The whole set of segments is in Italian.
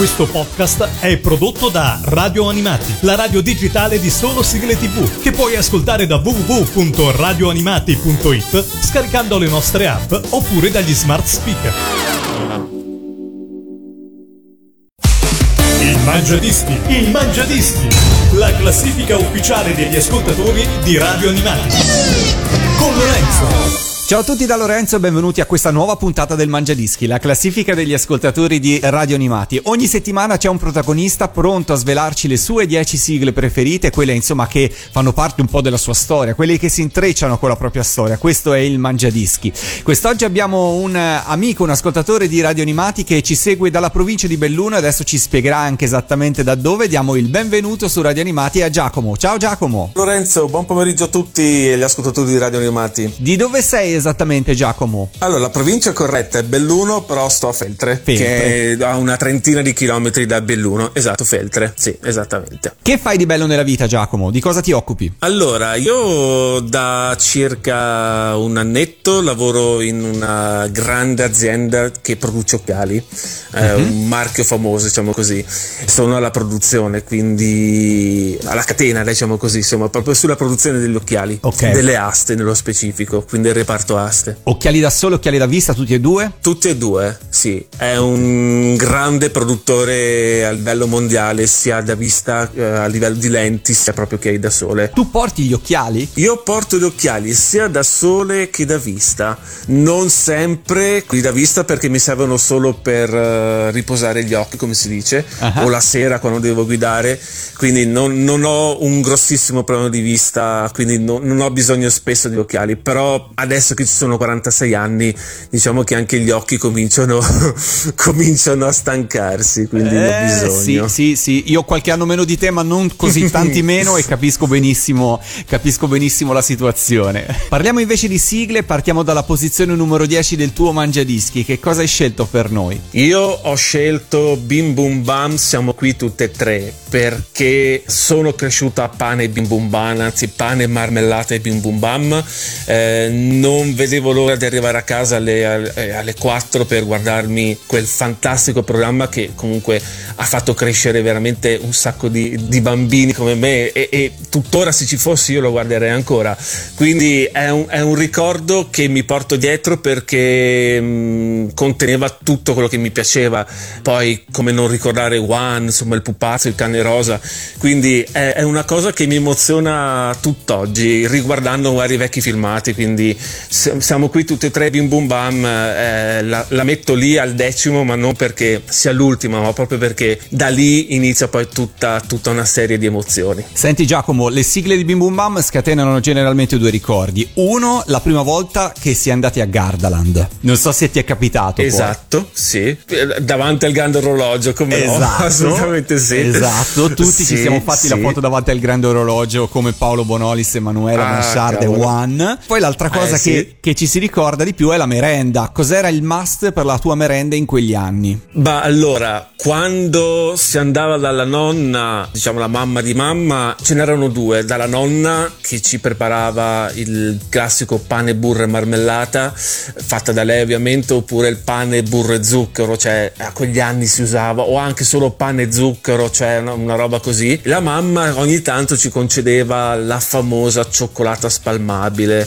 Questo podcast è prodotto da Radio Animati, la radio digitale di solo sigle TV, che puoi ascoltare da www.radioanimati.it scaricando le nostre app oppure dagli smart speaker. Il Mangiadischi, la classifica ufficiale degli ascoltatori di Radio Animati. Con Lorenzo. Ciao a tutti da Lorenzo e benvenuti a questa nuova puntata del Mangiadischi, la classifica degli ascoltatori di Radio Animati. Ogni settimana c'è un protagonista pronto a svelarci le sue 10 sigle preferite, quelle insomma che fanno parte un po' della sua storia, quelle che si intrecciano con la propria storia. Questo è il Mangiadischi. Quest'oggi abbiamo un amico, un ascoltatore di Radio Animati che ci segue dalla provincia di Belluno e adesso ci spiegherà anche esattamente da dove. Diamo il benvenuto su Radio Animati a Giacomo. Ciao Giacomo. Lorenzo, buon pomeriggio a tutti gli ascoltatori di Radio Animati. Di dove sei esattamente, Giacomo? Allora, la provincia corretta è Belluno, però sto a Feltre, che è a una trentina di chilometri da Belluno. Esatto, Feltre, sì, esattamente. Che fai di bello nella vita, Giacomo? Di cosa ti occupi? Allora, io da circa un annetto lavoro in una grande azienda che produce occhiali, un marchio famoso, diciamo così. Sono alla produzione, quindi alla catena, diciamo così, insomma, proprio sulla produzione degli occhiali, delle aste nello specifico, quindi il reparto aste. Occhiali da sole, occhiali da vista, tutti e due? Tutti e due, sì. È un grande produttore a livello mondiale, sia da vista a livello di lenti, sia proprio occhiali da sole. Tu porti gli occhiali? Io porto gli occhiali sia da sole che da vista. Non sempre quelli da vista, perché mi servono solo per riposare gli occhi, come si dice, o la sera quando devo guidare. Quindi non ho un grossissimo problema di vista, quindi non ho bisogno spesso di occhiali. Però adesso che ci sono 46 anni, diciamo che anche gli occhi cominciano a stancarsi, quindi ho bisogno. Sì, io ho qualche anno meno di te, ma non così tanti meno, e capisco benissimo la situazione. Parliamo invece di sigle, partiamo dalla posizione numero 10 del tuo Mangiadischi. Che cosa hai scelto per noi? Io ho scelto Bim Bum Bam, siamo qui tutte e tre, perché sono cresciuto a pane e Bim Bum Bam, anzi pane, marmellata e Bim Bum Bam. Non vedevo l'ora di arrivare a casa alle 4 per guardarmi quel fantastico programma che comunque ha fatto crescere veramente un sacco di bambini come me, e tuttora, se ci fossi, io lo guarderei ancora. Quindi è un ricordo che mi porto dietro, perché conteneva tutto quello che mi piaceva. Poi, come non ricordare One, insomma, il pupazzo, il cane rosa. Quindi è una cosa che mi emoziona tutt'oggi, riguardando vari vecchi filmati. Quindi siamo qui tutti e tre. Bim Bum Bam la metto lì al 10°, ma non perché sia l'ultima, ma proprio perché da lì inizia poi tutta una serie di emozioni. Senti Giacomo, le sigle di Bim Bum Bam scatenano generalmente due ricordi. Uno, la prima volta che si è andati a Gardaland, non so se ti è capitato. Esatto, poi. Sì, davanti al grande orologio, come esatto, no? Assolutamente sì. Esatto, tutti ci siamo fatti la foto davanti al grande orologio, come Paolo Bonolis, Emanuela Manchard e One. Poi l'altra cosa che ci si ricorda di più è la merenda. Cos'era il must per la tua merenda in quegli anni? Bah, allora, quando si andava dalla nonna, diciamo la mamma di mamma, ce n'erano due. Dalla nonna, che ci preparava il classico pane, burro e marmellata, fatta da lei ovviamente, oppure il pane, burro e zucchero, cioè a quegli anni si usava, o anche solo pane e zucchero, cioè una roba così. La mamma ogni tanto ci concedeva la famosa cioccolata spalmabile,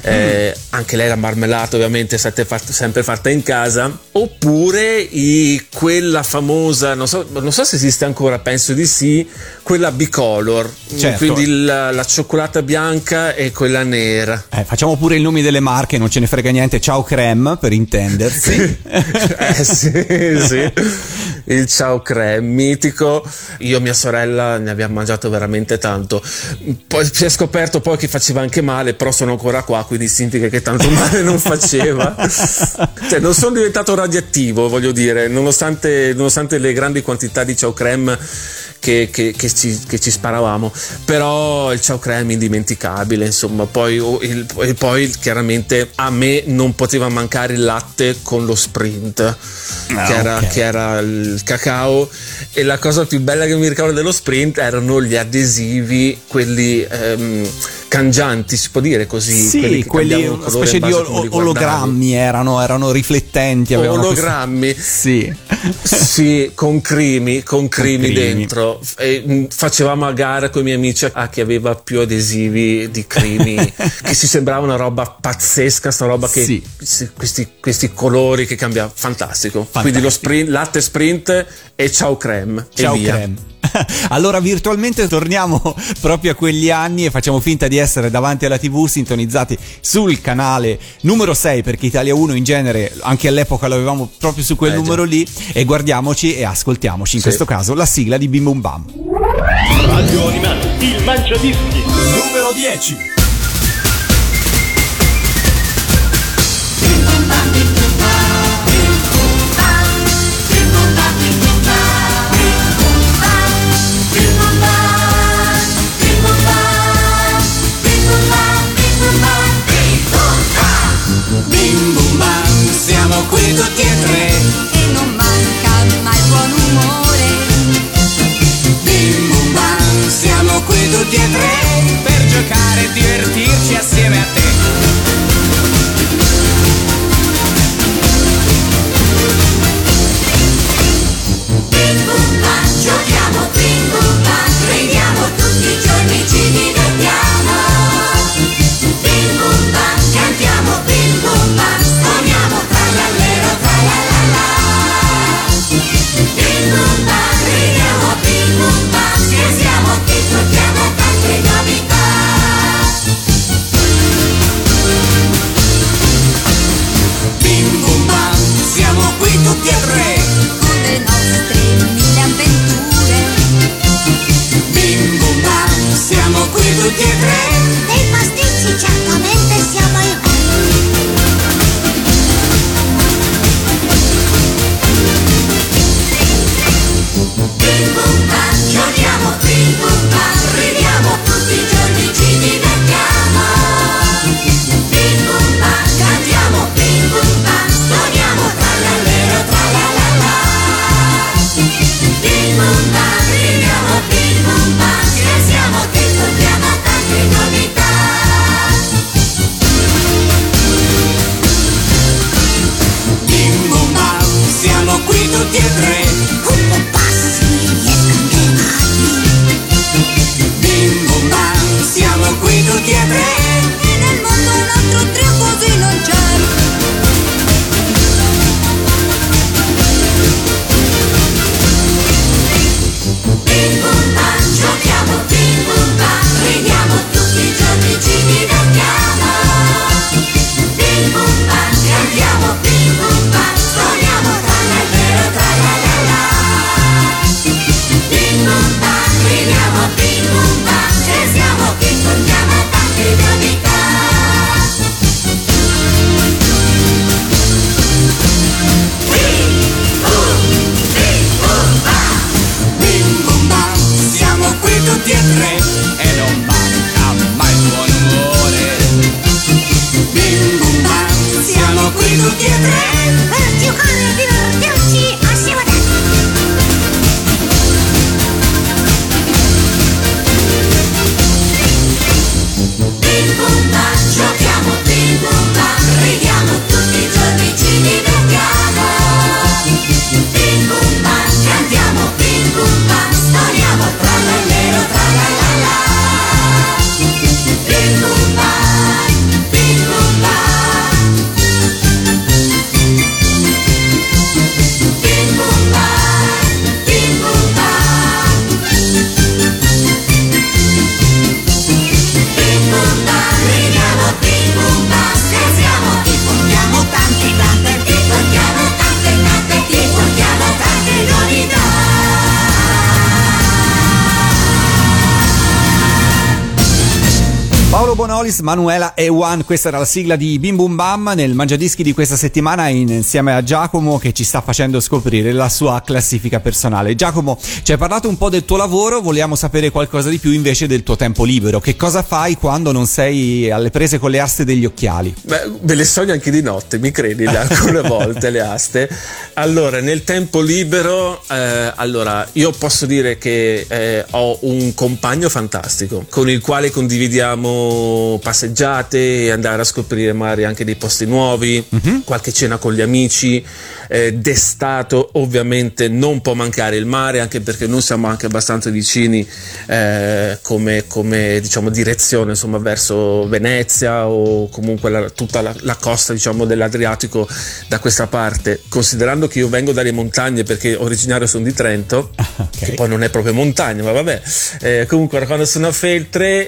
anche lei la marmellata ovviamente sempre fatta in casa, oppure quella famosa, non so se esiste ancora, penso di sì, quella bicolor, certo. Quindi la cioccolata bianca e quella nera. Facciamo pure i nomi delle marche, non ce ne frega niente. Ciao Creme, per intendersi. Sì. Il Ciao Creme, mitico. Io e mia sorella ne abbiamo mangiato veramente tanto. Poi si è scoperto poi che faceva anche male, però sono ancora qua, quindi significa che tanto male non faceva. Cioè, non sono diventato radioattivo, voglio dire, nonostante le grandi quantità di Ciao Creme che ci sparavamo, però il Ciao Creme indimenticabile, insomma. Poi chiaramente a me non poteva mancare il latte con lo Sprint, che era il cacao, e la cosa più bella che mi ricordo dello Sprint erano gli adesivi, quelli cangianti, si può dire così? Sì, quelli una specie di ologrammi erano riflettenti. Ologrammi? Sì. Sì, con crimi dentro. E facevamo a gara con i miei amici a chi aveva più adesivi di crimi, che si sembrava una roba pazzesca, sta roba che sì. questi colori che cambia, fantastico. Quindi lo sprint, latte sprint e ciao creme. Ciao e via. creme. Allora virtualmente torniamo proprio a quegli anni e facciamo finta di essere davanti alla TV, sintonizzati sul canale numero 6, perché Italia 1 in genere anche all'epoca l'avevamo proprio su quel numero lì, e guardiamoci e ascoltiamoci in questo caso la sigla di Bim Bum Bam. Radio Animati, il Mangiadischi numero 10. Bim bum bam, siamo qui tutti e tre e non manca mai buon umore. Bim bum bam, siamo qui tutti e tre per giocare e divertirci assieme a te. Bim bum bam, giochiamo bim bum bam, ridiamo tutti i giorni, ci divertiamo. Bim bum bam, cantiamo bim bum bam, suoniamo trallallero trallalala. Bim bum bam, ridiamo bim bum bam, scherziamo che troviamo tante novità. Bim bum bam, siamo qui tutti e tre con le nostre mille avventure. Bim bum bam, siamo qui tutti e tre. Dei pasticci certamente siamo i re. Bim bum bam, giochiamo bim bum bam, ridiamo tutti i giorni, ci divertiamo. Bim bum bam, cantiamo bim bum bam, suoniamo trallallero tralalala. Bim bum bam, ridiamo bim bum bam, scherziamo che troviamo tante novità. Bim bum bam, siamo qui tutti e tre con compassi e scandinati. Bim bum bam, siamo qui tutti e tre e nel mondo un altro trio così non c'è. Bim bum bam, giochiamo bim bum bam, ridiamo tutti i giorni, ci divertiamo. Bim bum bam, cantiamo bim bum bam, suoniamo trallallero tralalala. Bim bum bam, ridiamo bim bum bam, scherziamo che torniamo tante novità. Bim bum bam, siamo qui tutti e tre e non manca mai buon umore. Bim bum bam, siamo qui tutti e tre per giocare e divertirci assieme a te. Bim bum bam, giochiamo bim bum bam, ridiamo tutti i giorni, ci divertiamo. Bim bum bam, cantiamo bim bum bam, suoniamo trallallero tralalala. Bim bum bam, bim bum bam. Bim bum bam, bim bum bam. Bim bum bam, ridiamo bim bum bam, scherziamo, ti portiamo tante tante, ti portiamo tante tante, ti portiamo tante novità. Paolo Bonolis, Manuela e Juan, questa era la sigla di Bim Bum Bam nel Mangiadischi di questa settimana insieme a Giacomo, che ci sta facendo scoprire la sua classifica personale. Giacomo, ci hai parlato un po' del tuo lavoro, vogliamo sapere qualcosa di più invece del tuo tempo libero. Che cosa fai quando non sei alle prese con le aste degli occhiali? Beh, me le sogno anche di notte, mi credi, alcune volte le aste. Allora, nel tempo libero, allora, io posso dire che ho un compagno fantastico con il quale condividiamo facciamo passeggiate, andare a scoprire magari anche dei posti nuovi, qualche cena con gli amici. D'estate ovviamente non può mancare il mare, anche perché noi siamo anche abbastanza vicini come diciamo direzione, insomma, verso Venezia o comunque tutta la costa, diciamo, dell'Adriatico da questa parte. Considerando che io vengo dalle montagne, perché originario sono di Trento, che poi non è proprio montagna, ma vabbè, comunque quando sono a Feltre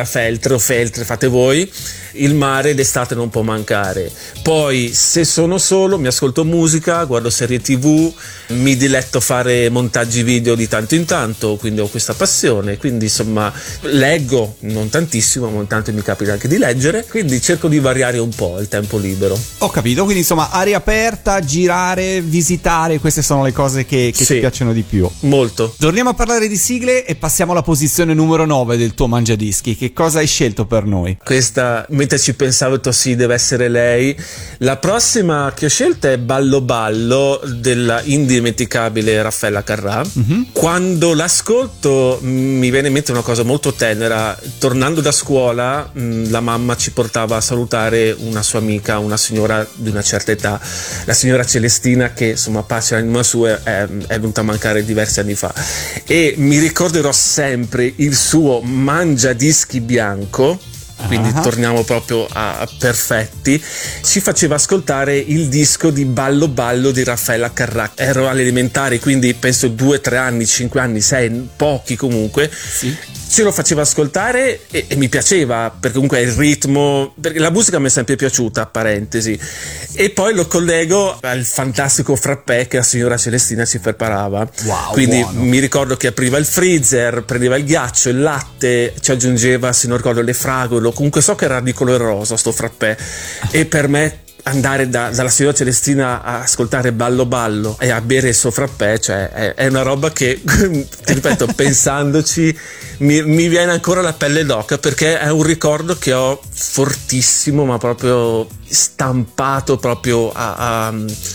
o Feltre, fate voi, il mare d'estate non può mancare. Poi se sono solo mi ascolto musica, guardo serie TV, mi diletto fare montaggi video di tanto in tanto, quindi ho questa passione. Quindi insomma leggo, non tantissimo, ma intanto mi capita anche di leggere, quindi cerco di variare un po' il tempo libero. Ho capito, quindi insomma aria aperta, girare, visitare, queste sono le cose che Sì, ti piacciono di più. Molto. Torniamo a parlare di sigle e passiamo alla posizione numero 9 del tuo mangiadischi. Che cosa hai scelto per noi? Questa, mentre ci pensavo, ho detto sì, deve essere lei. La prossima che ho scelto è Ballo Ballo della indimenticabile Raffaella Carrà. Quando l'ascolto mi viene in mente una cosa molto tenera. Tornando da scuola, la mamma ci portava a salutare una sua amica, una signora di una certa età, la signora Celestina, che insomma pace l'anima sua, è venuta a mancare diversi anni fa, e mi ricorderò sempre il suo mangiadischi bianco. Quindi torniamo proprio a perfetti. Ci faceva ascoltare il disco di Ballo Ballo di Raffaella Carrà. Ero alle elementari, quindi penso 2, 3 anni, 5 anni, 6, pochi comunque. Sì. Ce lo faceva ascoltare e mi piaceva, perché comunque il ritmo, perché la musica mi è sempre piaciuta, parentesi, e poi lo collego al fantastico frappè che la signora Celestina ci preparava. Wow, quindi buono. mi ricordo che apriva il freezer, prendeva il ghiaccio, il latte, ci aggiungeva, se non ricordo, le fragole, comunque so che era di colore rosa sto frappè, e per me andare dalla signora Celestina a ascoltare Ballo Ballo e a bere il suo frappè, cioè è una roba che, ti ripeto, pensandoci mi viene ancora la pelle d'oca, perché è un ricordo che ho fortissimo, ma proprio stampato proprio a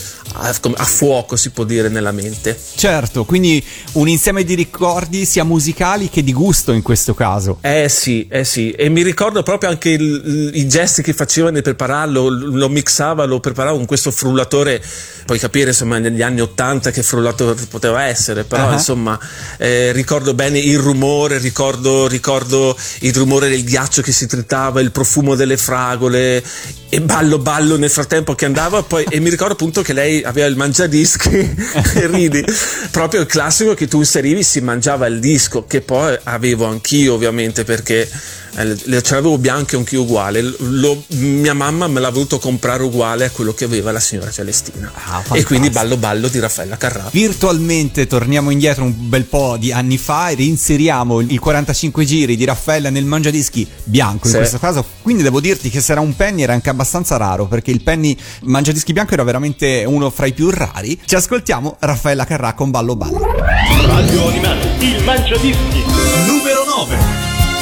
fuoco, si può dire, nella mente. Certo, quindi un insieme di ricordi sia musicali che di gusto in questo caso. Sì, e mi ricordo proprio anche i gesti che faceva nel prepararlo, lo mixava, lo preparava con questo frullatore, puoi capire insomma negli anni 80 che frullatore poteva essere, però insomma ricordo bene il rumore, ricordo il rumore del ghiaccio che si tritava, il profumo delle fragole, e Ballo Ballo nel frattempo che andava poi, e mi ricordo appunto che lei aveva il mangiadischi e ridi, proprio il classico che tu inserivi, si mangiava il disco, che poi avevo anch'io ovviamente, perché ce l'avevo bianco e anch'io uguale, mia mamma me l'ha voluto comprare uguale a quello che aveva la signora Celestina, e quindi Ballo Ballo di Raffaella Carrà. Virtualmente torniamo indietro un bel po' di anni fa e reinseriamo i 45 giri di Raffaella nel mangiadischi bianco, in questo caso, quindi devo dirti che se era un penny era anche abbastanza raro, perché il penny mangiadischi bianco era veramente uno fra i più rari. Ci ascoltiamo Raffaella Carrà con Ballo Ballo. Radio Animati, il mangiadischi numero 9.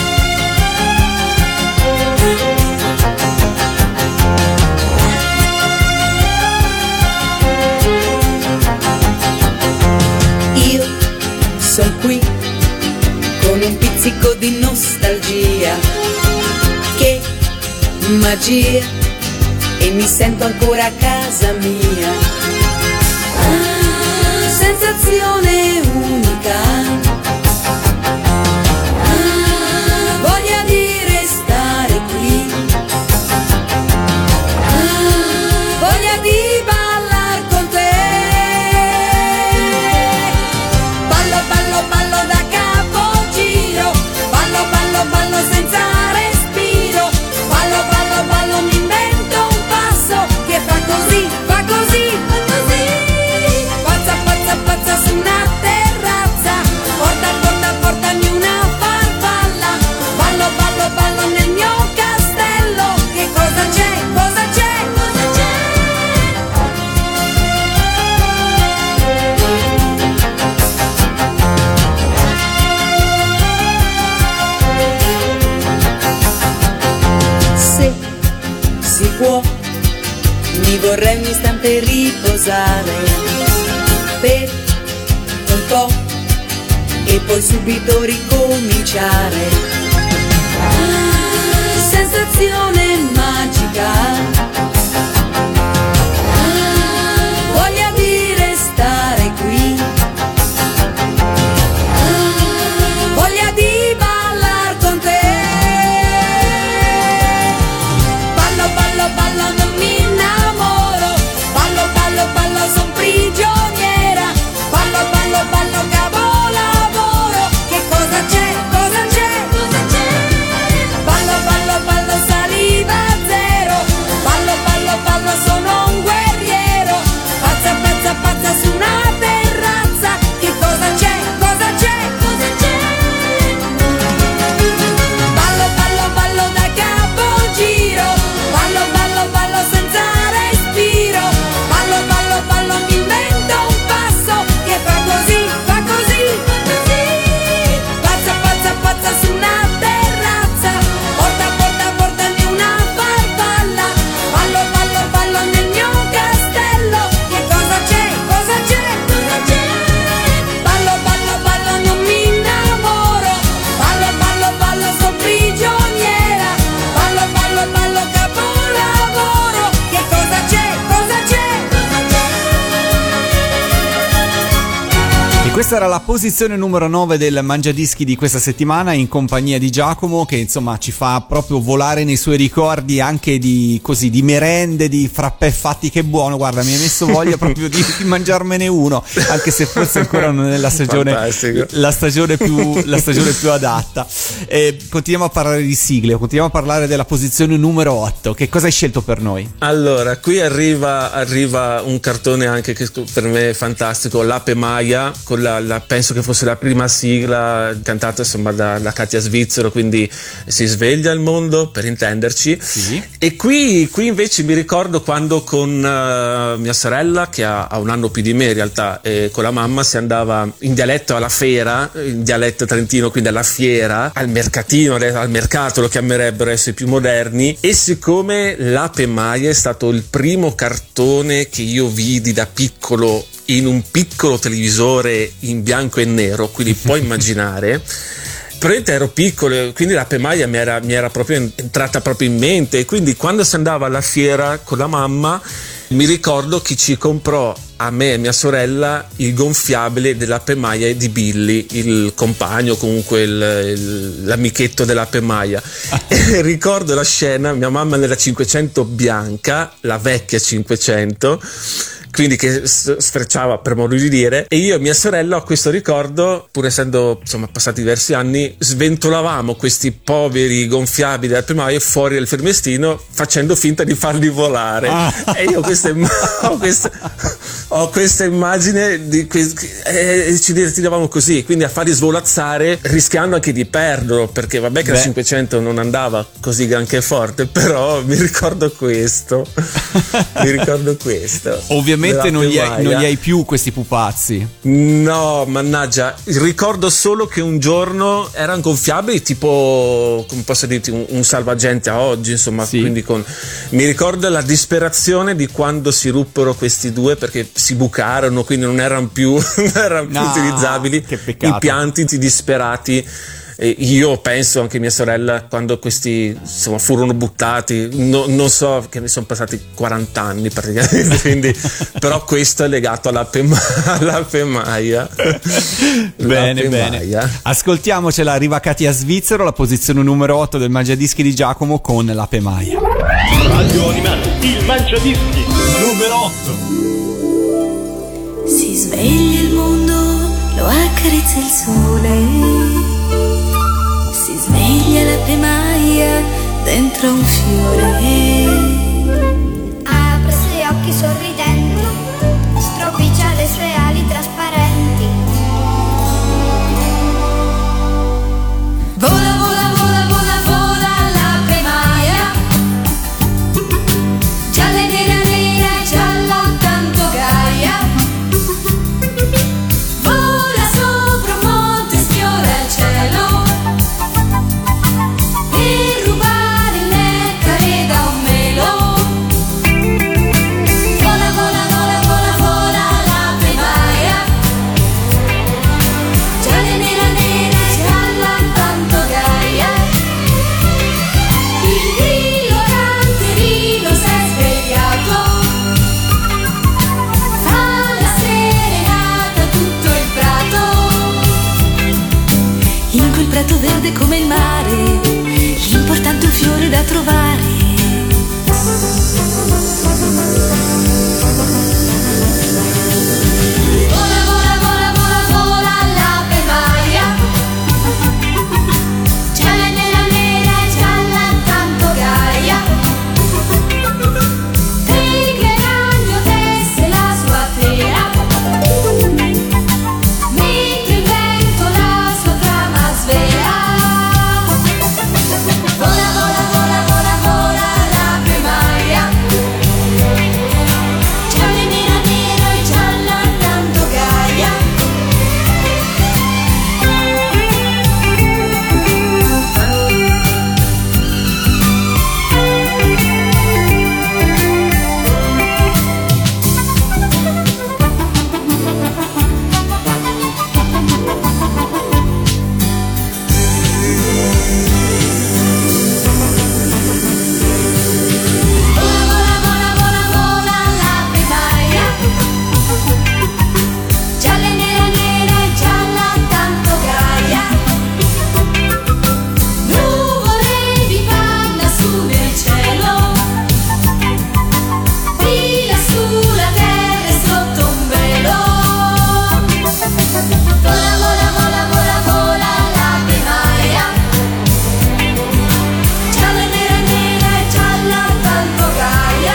Sono qui con un pizzico di nostalgia, che magia, e mi sento ancora a casa mia. Sensazione unica, voglia di restare qui, voglia di ballar con te. Ballo, ballo, ballo da capogiro, ballo, ballo, ballo senza respiro, ballo, ballo, ballo, mi invento un passo che fa così, fa così, fa così. Pazza, pazza, pazza su una terrazza, porta, porta, portami una farfalla, ballo, ballo, ballo nel mio castello, che cosa c'è, cosa c'è, cosa c'è? Se si può, mi vorrei un istante riposare per un po' e poi subito ricominciare. sensazione magica. Voglia di restare qui, voglia di ballar con te. Ballo, ballo, ballo, non mi innamoro. Ballo, ballo, ballo, son prigioniera. Ballo, ballo, ballo, capolavoro. Che cosa c'è? Cosa c'è? Cosa c'è? Ballo, ballo, ballo, saliva zero. Ballo, ballo, ballo, sono un guerriero. Pazza, pazza, pazza su una terrazza. Che cosa c'è? Cosa c'è? Cosa c'è? Ballo, ballo, ballo da capogiro. Ballo, ballo, ballo senza respiro. Ballo, ballo, ballo, mi invento un passo che fa così, fa così, fa così. Pazza, pazza, pazza su una terrazza. Porta, porta, portami una farfalla. Ballo, ballo, ballo nel mio castello. Che cosa c'è? Cosa c'è? Cosa c'è? Ballo, ballo, ballo, non mi innamoro. Ballo, ballo, ballo, son prigioniera. Ballo, ballo, ballo, capolavoro. Che cosa c'è? Cosa c'è? Cosa c'è? E questa era la posizione numero 9 del Mangiadischi di questa settimana, in compagnia di Giacomo, che insomma ci fa proprio volare nei suoi ricordi anche di così, di merende, di frappè fatti. Che buono, guarda, mi hai messo voglia proprio di mangiarmene uno, anche se forse ancora non è la stagione, Fantastico. la stagione più adatta. Continuiamo a parlare di sigle, continuiamo a parlare della posizione numero 8. Che cosa hai scelto per noi? Allora, qui arriva un cartone anche che per me è fantastico, L'Ape Maia, con penso che fosse la prima sigla cantata insomma da Katia Svizzero, quindi si sveglia il mondo, per intenderci. Sì. E qui invece mi ricordo quando con mia sorella, che ha un anno più di me in realtà, e con la mamma si andava in dialetto alla fiera, in dialetto trentino, quindi alla fiera, al mercatino, al mercato lo chiamerebbero adesso i più moderni. E siccome L'Ape Maia è stato il primo cartone che io vidi da piccolo in un piccolo televisore in bianco e nero, quindi puoi immaginare. Probabilmente ero piccolo, quindi L'Ape Maia mi era proprio entrata proprio in mente, e quindi quando si andava alla fiera con la mamma mi ricordo che ci comprò a me e mia sorella il gonfiabile dell'Ape Maia di Billy, il compagno, comunque l'amichetto dell'Ape Maia. E ricordo la scena, mia mamma nella 500 bianca, la vecchia 500, quindi che sfrecciava, per modo di dire, e io e mia sorella ho questo ricordo, pur essendo insomma passati diversi anni, sventolavamo questi poveri gonfiabili dell'Ape Maia fuori dal firmestino facendo finta di farli volare. E io ho questa immagine ci divertivamo così, quindi a farli svolazzare, rischiando anche di perderlo, perché vabbè che la 500 non andava così granché forte, però mi ricordo questo. Ovviamente non li hai più questi pupazzi. No, mannaggia, ricordo solo che un giorno erano gonfiabili, tipo, come posso dirti, un salvagente a oggi, insomma. Sì. Quindi mi ricordo la disperazione di quando si ruppero questi due, perché si bucarono, quindi non erano più utilizzabili. Che peccato. I pianti disperati. E io penso, anche mia sorella, quando questi insomma furono buttati, non so, che ne sono passati 40 anni praticamente, quindi, però questo è legato all'Ape Maia. Bene. Maia. Ascoltiamocela, arriva Katia Svizzero, la posizione numero 8 del Mangiadischi di Giacomo con l'Ape Maia. Radio Animati, il Mangiadischi numero 8. Si sveglia il mondo, lo accarezza il sole. Si sveglia l'Ape Maia dentro un fiore. Apre i suoi occhi sorridenti, stropiccia le sue ali trasparenti. Vola, vola, vola, vola, vola l'Ape Maia. Gialla e nera, nera e gialla, tanto gaia. Vola sopra un monte, sfiora il cielo. Per rubare il nettare da un melo. Vola, prato verde come il mare, l'importante è un fiore da trovare. Vola, vola, vola, vola, vola l'Ave Maria, gialla nera nera e gialla tanto gaia, tigre ragno tesse la sua tela, mentre il vento la sua trama svela. Vola, vola, vola, vola, vola l'Ave Maria, gialla nera nera e gialla tanto gaia. Vola, vola, vola, vola, vola l'Ave Maria, gialla nera nera e gialla tanto gaia, nuvole di panna su nel cielo, fila sulla terra e sotto un velo. Vola, vola, vola, vola, vola l'Ave Maria, gialla nera nera e gialla tanto gaia.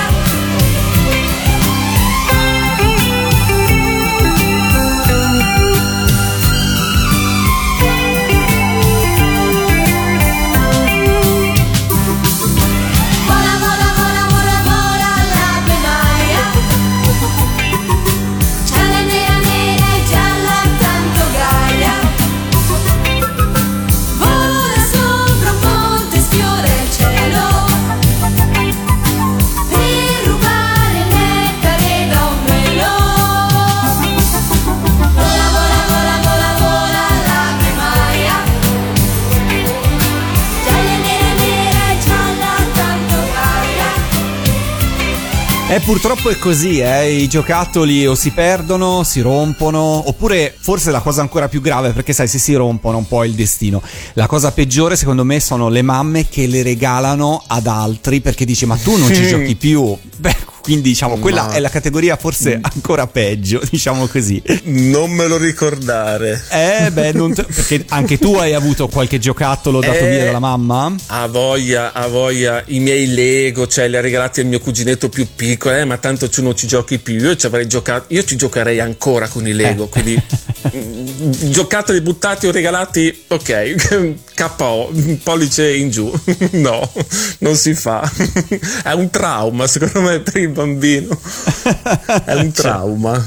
Vola, vola, vola, vola, vola l'Ave Maria, gialla nera nera e gialla tanto gaia. Vola sopra un ponte, sfiora il cielo, per rubare il nettare da un velo. Vola, vola, vola, vola, vola l'Ave Maria, gialla nera nera e gialla tanto gaia. Purtroppo è così, i giocattoli o si perdono, si rompono, oppure forse la cosa ancora più grave, perché sai, se si rompono un po' è il destino. La cosa peggiore secondo me sono le mamme che le regalano ad altri perché dice ma tu non ci giochi più. Beh, quindi diciamo quella è la categoria forse ancora peggio, diciamo così. Non me lo ricordare. Perché anche tu hai avuto qualche giocattolo dato via dalla mamma? Ha voglia, i miei Lego, cioè li ha regalati al mio cuginetto più piccolo, ma tanto tu non ci giochi più. Io ci avrei giocato, io ci giocherei ancora con i Lego, quindi giocattoli buttati o regalati, ok, KO, pollice in giù. No, non si fa. È un trauma, secondo me, per il bambino. È un trauma.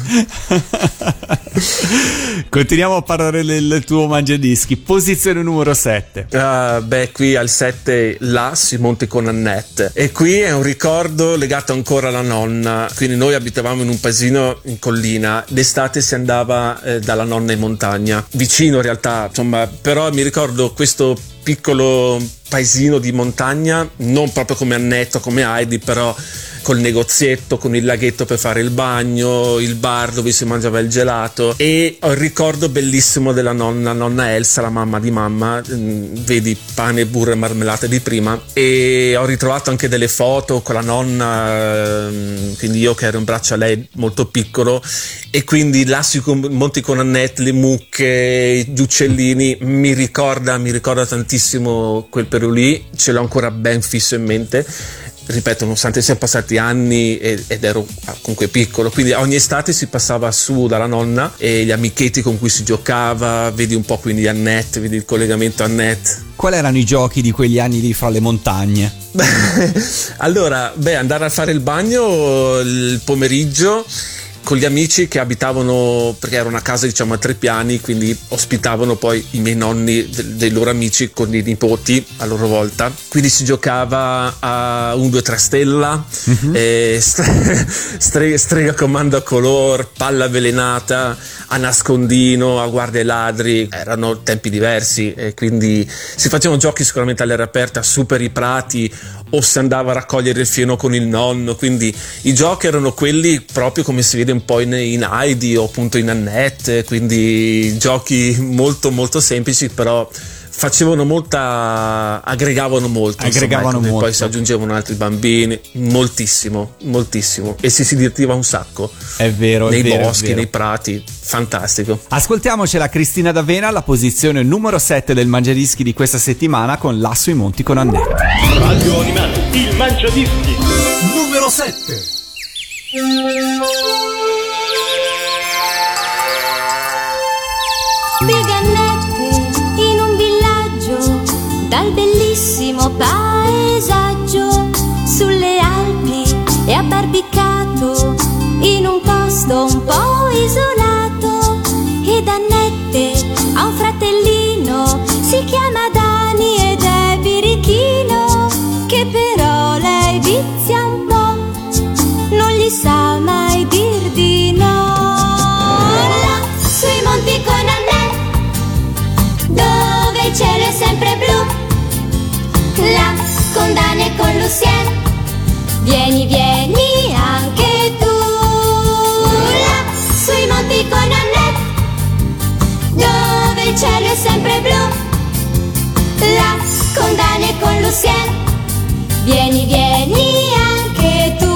Continuiamo a parlare del tuo mangiadischi. Posizione numero 7. Qui al 7 là si monti con Annette, e qui è un ricordo legato ancora alla nonna. Quindi noi abitavamo in un paesino in collina, d'estate si andava dalla nonna in montagna, vicino in realtà, insomma, però mi ricordo questo piccolo paesino di montagna, non proprio come Annetto, come Heidi, però col negozietto, con il laghetto per fare il bagno, il bar dove si mangiava il gelato, e ho il ricordo bellissimo della nonna Elsa, la mamma di mamma, vedi pane, burro e marmellata di prima, e ho ritrovato anche delle foto con la nonna, quindi io che ero in braccio a lei molto piccolo, e quindi là si monti con Annette, le mucche, gli uccellini, mi ricorda tantissimo quel periodo lì, ce l'ho ancora ben fisso in mente. Ripeto, nonostante siano passati anni ed ero comunque piccolo, quindi ogni estate si passava su dalla nonna e gli amichetti con cui si giocava, vedi un po' quindi Annette, vedi il collegamento Annette. Quali erano i giochi di quegli anni lì fra le montagne? Allora, andare a fare il bagno il pomeriggio con gli amici che abitavano, perché era una casa diciamo a 3 piani, quindi ospitavano poi i miei nonni dei loro amici con i nipoti a loro volta, quindi si giocava a 1, 2, 3 stella, strega comando a color, palla avvelenata, a nascondino, a guardia ai ladri. Erano tempi diversi e quindi si facevano giochi sicuramente all'aria aperta, su per i prati, o si andava a raccogliere il fieno con il nonno, quindi i giochi erano quelli proprio come si vede un po' in Heidi o appunto in Annette, quindi giochi molto molto semplici, però facevano aggregavano molto, molto. Poi si aggiungevano altri bambini, moltissimo, e si divertiva un sacco. È vero, nei è vero, boschi, è vero. nei prati, fantastico. Ascoltiamocela Cristina D'Avena alla posizione numero 7 del Mangiadischi di questa settimana con Là sui monti con Annette. Radio Animati, il Mangiadischi numero 7. Big Annette in un villaggio dal bellissimo paesaggio sulle Alpi e abbarbicato in un posto un po' isolato. Ed Annette ha un fratellino, si chiama Dani ed è birichino, che però lei vizia un po', non gli sa mai dir di no. Là sui monti con Annette, dove il cielo è sempre blu, là con Dani e con Lucien, vieni, vieni anche tu. Là sui monti con Annette, dove il cielo è sempre blu, là con Dani e con Lucien, vieni, vieni anche tu.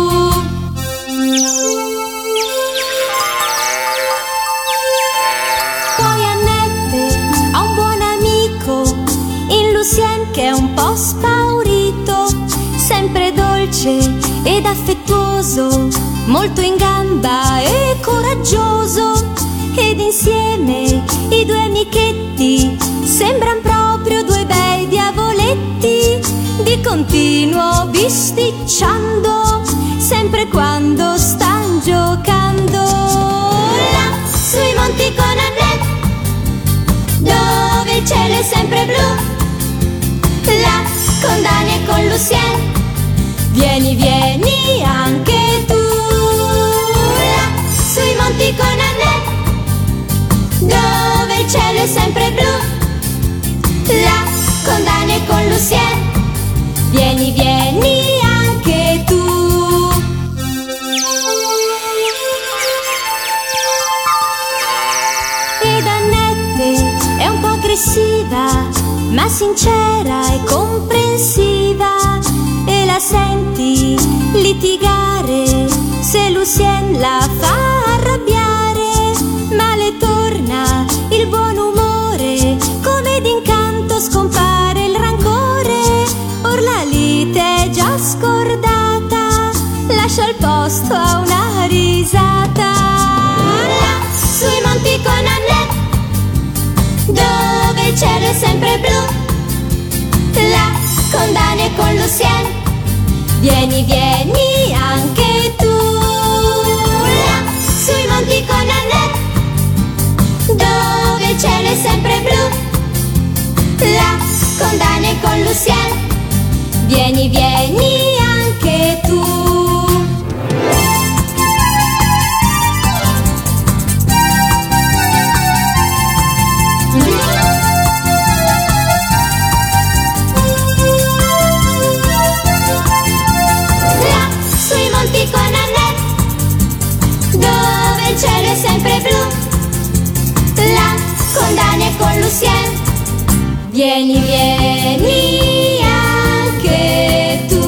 Poi Annette ha un buon amico in Lucien che è un po' spaurito, sempre dolce ed affettuoso, molto in gamba e coraggioso. Ed insieme i due amichetti sembran proprio due bei diavoletti, di continuo bisticciando, sempre quando stan giocando. Là sui monti con Annette, dove il cielo è sempre blu, là con Dani e con Lucien, vieni, vieni anche tu. Là sui monti con Annette, dove il cielo è sempre blu, là con Dani e con Lucien, vieni, vieni anche tu. Ed Annette è un po' aggressiva, ma sincera e comprensiva, e la senti litigare se Lucien la fa arrabbiare, ma le torna il buon umore, come d'incanto scompare il rancore. Or la lite è già scordata, lascia il posto a una risata. Là sui monti con Annette, dove il cielo è sempre blu, là con Dani e con Lucien, vieni, vieni anche tu. Là sui monti con Annette, dove il cielo è sempre blu, là con Dani e con Lucien, vieni, vieni anche tu. Là sui monti con Annette, dove il cielo è sempre blu, là con Dani e con Lucien, vieni, vieni anche tu.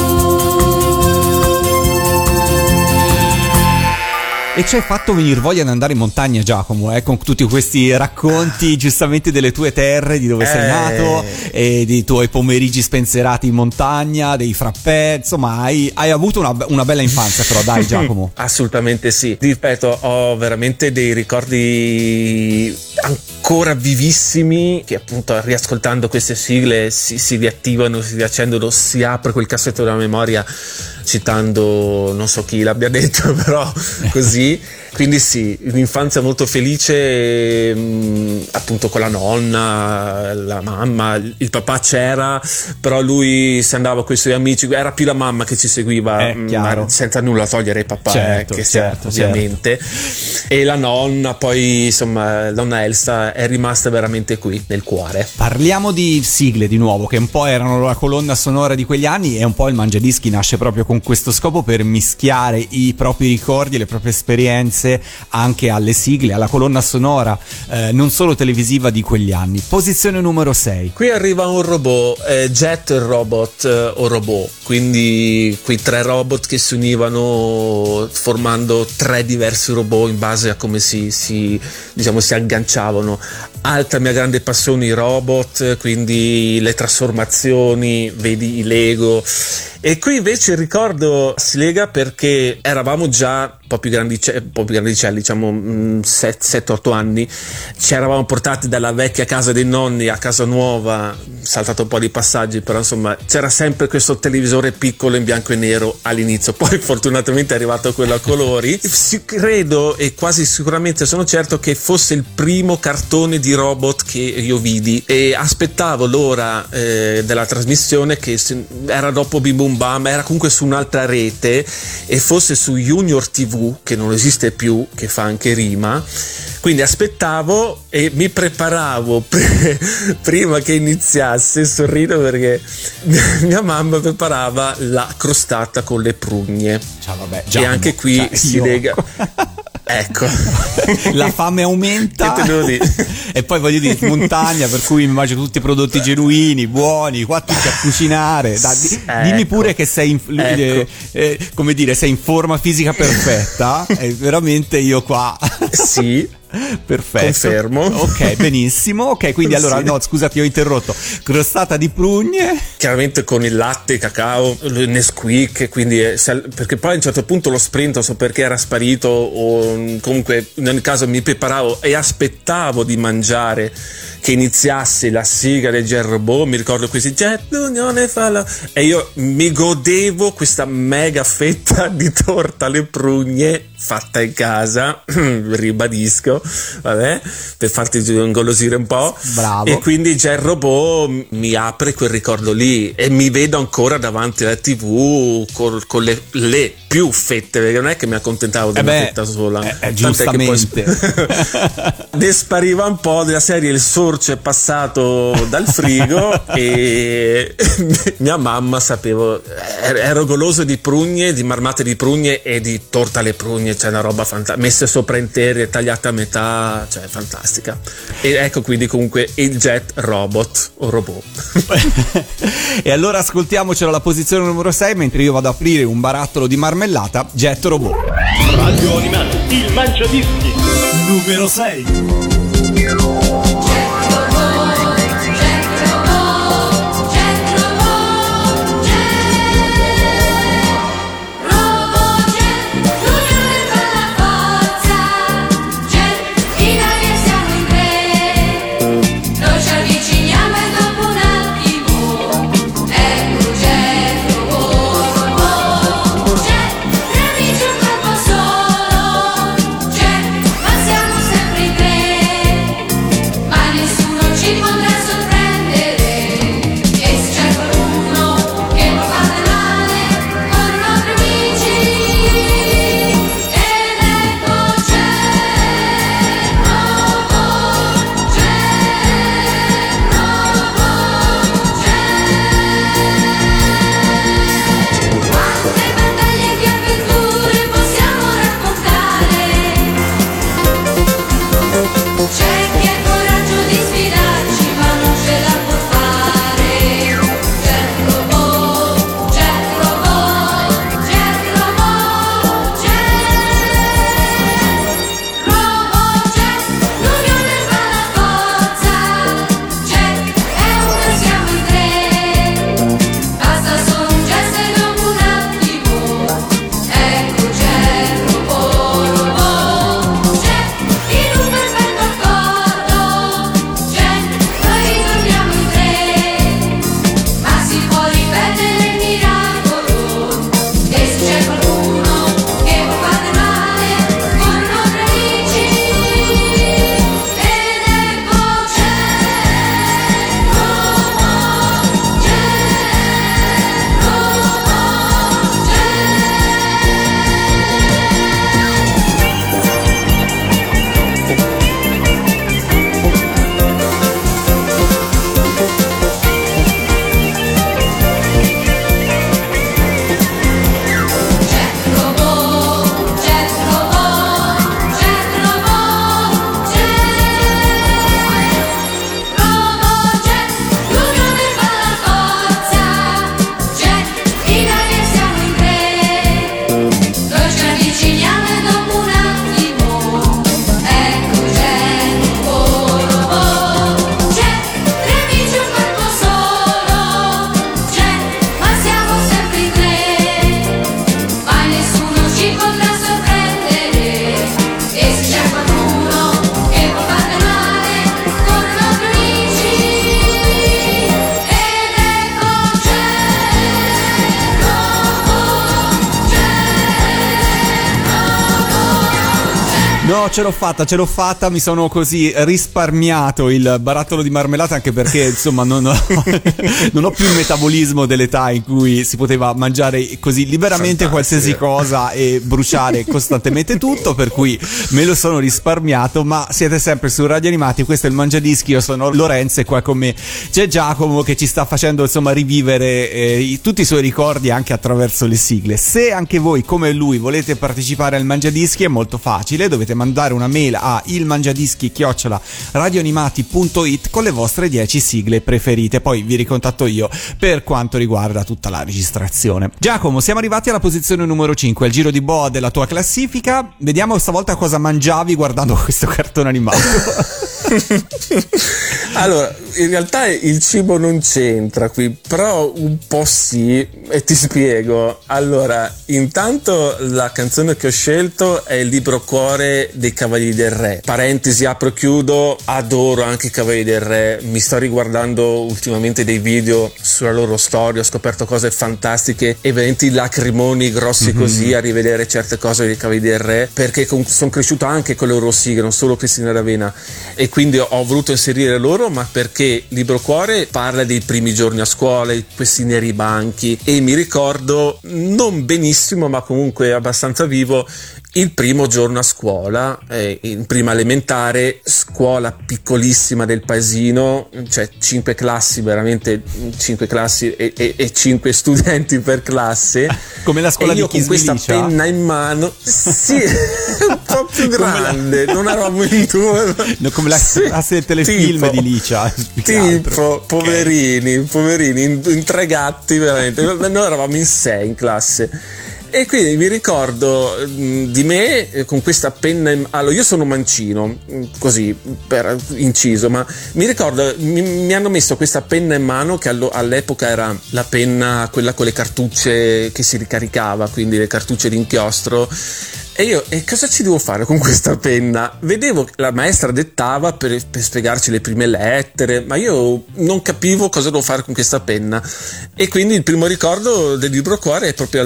E ci hai fatto venire voglia di andare in montagna, Giacomo, con tutti questi racconti giustamente delle tue terre, di dove sei nato, e dei tuoi pomeriggi spensierati in montagna, dei frappè, insomma hai avuto una bella infanzia, però dai Giacomo. Assolutamente sì, ti ripeto, ho veramente dei ricordi ancora vivissimi, che appunto riascoltando queste sigle si riattivano, si riaccendono, si apre quel cassetto della memoria, citando non so chi l'abbia detto, però così. Quindi sì, un'infanzia molto felice, appunto con la nonna, la mamma, il papà c'era, però lui se andava con i suoi amici, era più la mamma che ci seguiva, senza nulla togliere ai papà, certo, ovviamente. E la nonna, poi insomma, donna Elsa è rimasta veramente qui nel cuore. Parliamo di sigle di nuovo, che un po' erano la colonna sonora di quegli anni, e un po' il Mangiadischi nasce proprio con questo scopo, per mischiare i propri ricordi e le proprie esperienze anche alle sigle, alla colonna sonora non solo televisiva televisiva di quegli anni. Posizione numero 6. Qui arriva un robot, Jet Robot o Robot, quindi quei 3 robot che si univano formando 3 diversi robot in base a come si agganciavano. Altra mia grande passione i robot, quindi le trasformazioni, vedi i Lego. E qui invece il ricordo si lega perché eravamo già un po' più grandicelli, diciamo 7-8 anni. Ci eravamo portati dalla vecchia casa dei nonni a casa nuova, saltato un po' di passaggi, però insomma c'era sempre questo televisore piccolo in bianco e nero all'inizio, poi fortunatamente è arrivato quello a colori. Credo e quasi sicuramente sono certo che fosse il primo cartone di robot che io vidi, e aspettavo l'ora della trasmissione, che era dopo Bim Bum Bam, era comunque su un'altra rete, e fosse su Junior TV, che non esiste più, che fa anche rima. Quindi aspettavo e mi preparavo prima che iniziasse. Sorrido perché mia mamma preparava la crostata con le prugne. Cioè, vabbè, e anche qui si lega. Ecco, la fame aumenta. Che te devo dire? E poi voglio dire, montagna, per cui mi immagino tutti i prodotti genuini, buoni, qua tutti a cucinare. Dimmi pure che sei come dire, sei in forma fisica perfetta. E veramente io qua. Sì. Perfetto. Confermo. Ok, benissimo. Ok, quindi allora, sì. no, scusa, ti ho interrotto. Crostata di prugne. Chiaramente con il latte, cacao, il Nesquik, quindi perché poi a un certo punto lo Sprint, non so perché era sparito, o comunque nel caso mi preparavo e aspettavo di mangiare che iniziasse la sigla del Jet Robot. Mi ricordo questi Jet l'unione fa la... e io mi godevo questa mega fetta di torta alle prugne fatta in casa, ribadisco, vabbè, per farti ingolosire un po'. Bravo. E quindi Jet Robot mi apre quel ricordo lì, e mi vedo ancora davanti alla TV con le più fette, perché non è che mi accontentavo di una fetta sola. Giustamente. Ne spariva un po' della serie, il sorcio è passato dal frigo e mia mamma, sapevo, ero goloso di prugne, di marmate di prugne e di torta alle prugne, cioè una roba fantastica, messe sopra intere, tagliate a metà, cioè fantastica. E ecco quindi comunque il Jet Robot o Robot. E allora ascoltiamocelo alla posizione numero 6, mentre io vado ad aprire un barattolo di marmellata. Jet Robot. Radio Animati, il Mangiadischi numero 6. Sempre in tre. No, ce l'ho fatta, mi sono così risparmiato il barattolo di marmellata, anche perché insomma non ho più il metabolismo dell'età in cui si poteva mangiare così liberamente qualsiasi cosa e bruciare costantemente tutto, per cui me lo sono risparmiato. Ma siete sempre su Radio Animati, questo è il Mangiadischi, io sono Lorenzo e qua con me c'è Giacomo che ci sta facendo insomma rivivere tutti i suoi ricordi anche attraverso le sigle. Se anche voi come lui volete partecipare al Mangiadischi è molto facile, dovete mandare una mail a ilmangiadischi@radioanimati.it con le vostre 10 sigle preferite, poi vi ricontatto io per quanto riguarda tutta la registrazione. Giacomo, siamo arrivati alla posizione numero 5, al giro di boa della tua classifica. Vediamo stavolta cosa mangiavi guardando questo cartone animato. Allora, in realtà il cibo non c'entra qui, però un po' sì, e ti spiego. Allora, intanto la canzone che ho scelto è il Libro Cuore dei Cavalieri del Re. Parentesi, apro e chiudo, adoro anche i Cavalieri del Re, mi sto riguardando ultimamente dei video sulla loro storia, ho scoperto cose fantastiche e veramente lacrimoni grossi così a rivedere certe cose dei Cavalieri del Re, perché sono cresciuto anche con le loro sigle, non solo Cristina D'Avena, e quindi ho voluto inserire loro, ma perché Libro Cuore parla dei primi giorni a scuola, questi neri banchi, e mi ricordo non benissimo ma comunque abbastanza vivo il primo giorno a scuola, in prima elementare, scuola piccolissima del paesino, cioè 5 classi, veramente 5 classi e 5 studenti per classe, come la scuola e io di con questa penna in mano, sì, un po' più grande, non eravamo in due, no, come la classe del telefilm tipo, di Licia, tipo poverini, in 3 gatti, veramente. Noi eravamo in 6 in classe. E quindi mi ricordo di me con questa penna allora, io sono mancino, così per inciso, ma mi ricordo mi hanno messo questa penna in mano che all'epoca era la penna, quella con le cartucce che si ricaricava, quindi le cartucce d'inchiostro. E io, cosa ci devo fare con questa penna? Vedevo che la maestra dettava per spiegarci le prime lettere, ma io non capivo cosa devo fare con questa penna. E quindi il primo ricordo del Libro Cuore è proprio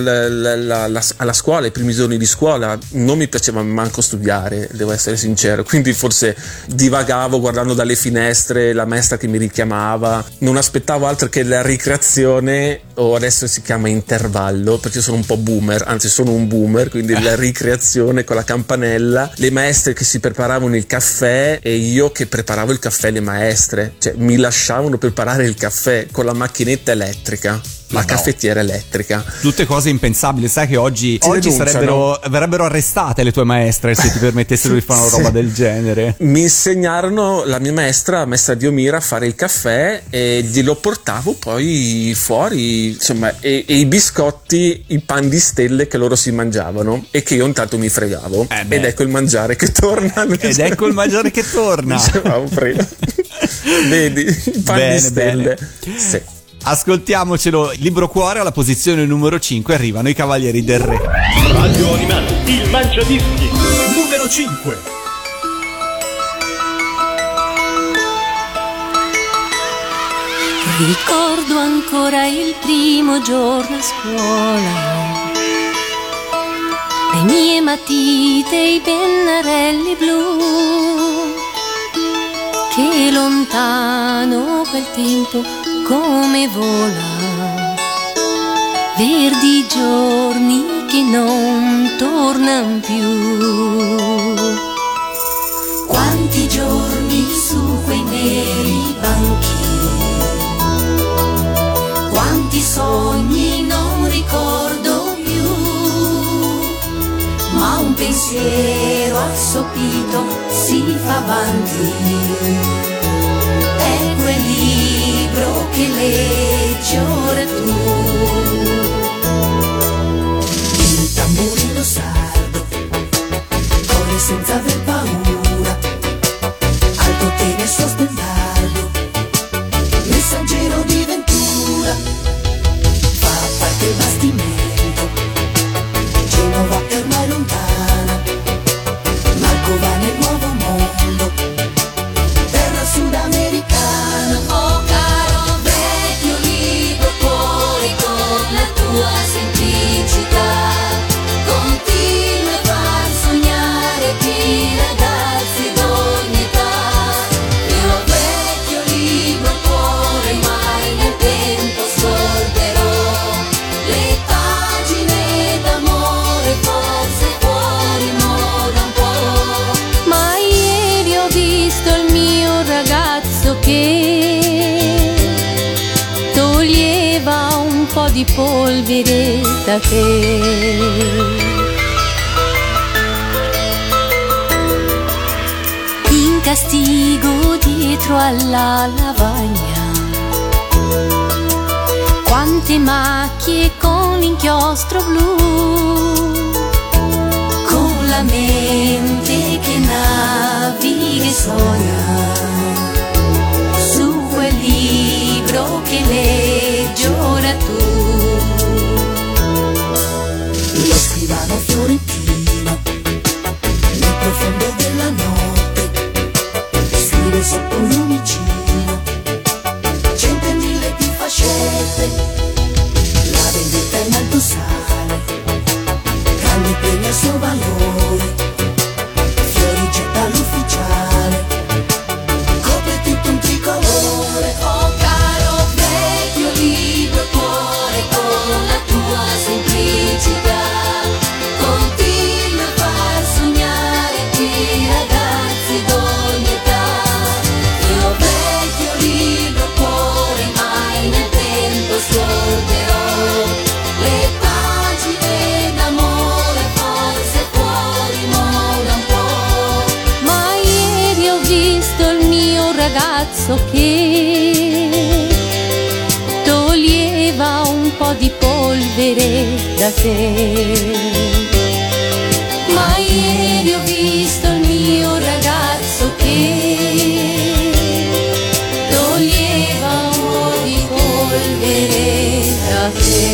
alla scuola, i primi giorni di scuola. Non mi piaceva manco studiare, devo essere sincero, quindi forse divagavo guardando dalle finestre la maestra che mi richiamava. Non aspettavo altro che la ricreazione, o adesso si chiama intervallo, perché sono un po' boomer, anzi sono un boomer, quindi la ricreazione con la campanella, le maestre che si preparavano il caffè e io che preparavo il caffè alle maestre, cioè mi lasciavano preparare il caffè con la macchinetta elettrica, la caffettiera elettrica. Tutte cose impensabili, sai che oggi verrebbero arrestate le tue maestre se ti permettessero di fare una roba del genere. Mi insegnarono, la mia maestra Diomira, a fare il caffè e glielo portavo poi fuori, insomma, e i biscotti, i pan di stelle che loro si mangiavano e che io intanto mi fregavo. Ed ecco il mangiare che torna. Dicevamo prima. Vedi, i pan di stelle. Sì. Ascoltiamocelo, Libro Cuore alla posizione numero 5, arrivano i Cavalieri del Re. Radio Animati, il Mangiadischi, numero 5. Ricordo ancora il primo giorno a scuola, le mie matite, i pennarelli blu, che lontano quel tempo come vola, verdi giorni che non tornan più. Quanti giorni su quei neri banchi, quanti sogni non ricordo più, ma un pensiero assopito si fa avanti. È quel libro che leggi ora tu, il tamburino sardo corre senza aver paura, al potere il suo stendardo, messaggero di ventura, fa parte il bastimento, Genova è ormai lontana, Marco va nel nuovo mondo, terra ragazzo che toglieva un po' di polvere da te. In castigo dietro alla lavagna, quante macchie con l'inchiostro blu, con la mente che naviga e sogna su quel libro che leggi ora tu. Lo scrivano fiorentino nel profondo della notte, scrive sotto un lumicino 100.000 di fascette, la vendetta in alto sale, calmi premia il suo valore, fiori getta l'ufficiale, copre tutto un tricolore. Oh caro vecchio libro cuore, con la tua semplicità continua a far sognare i ragazzi d'ogni età. Io vecchio libro cuore, mai nel tempo scorderò le pagine d'amore, forse fuori moda un po'. Ma ieri ho visto il mio ragazzo che toglieva un po' di polvere da te. Ma ieri ho visto il mio ragazzo che toglieva un po' di polvere da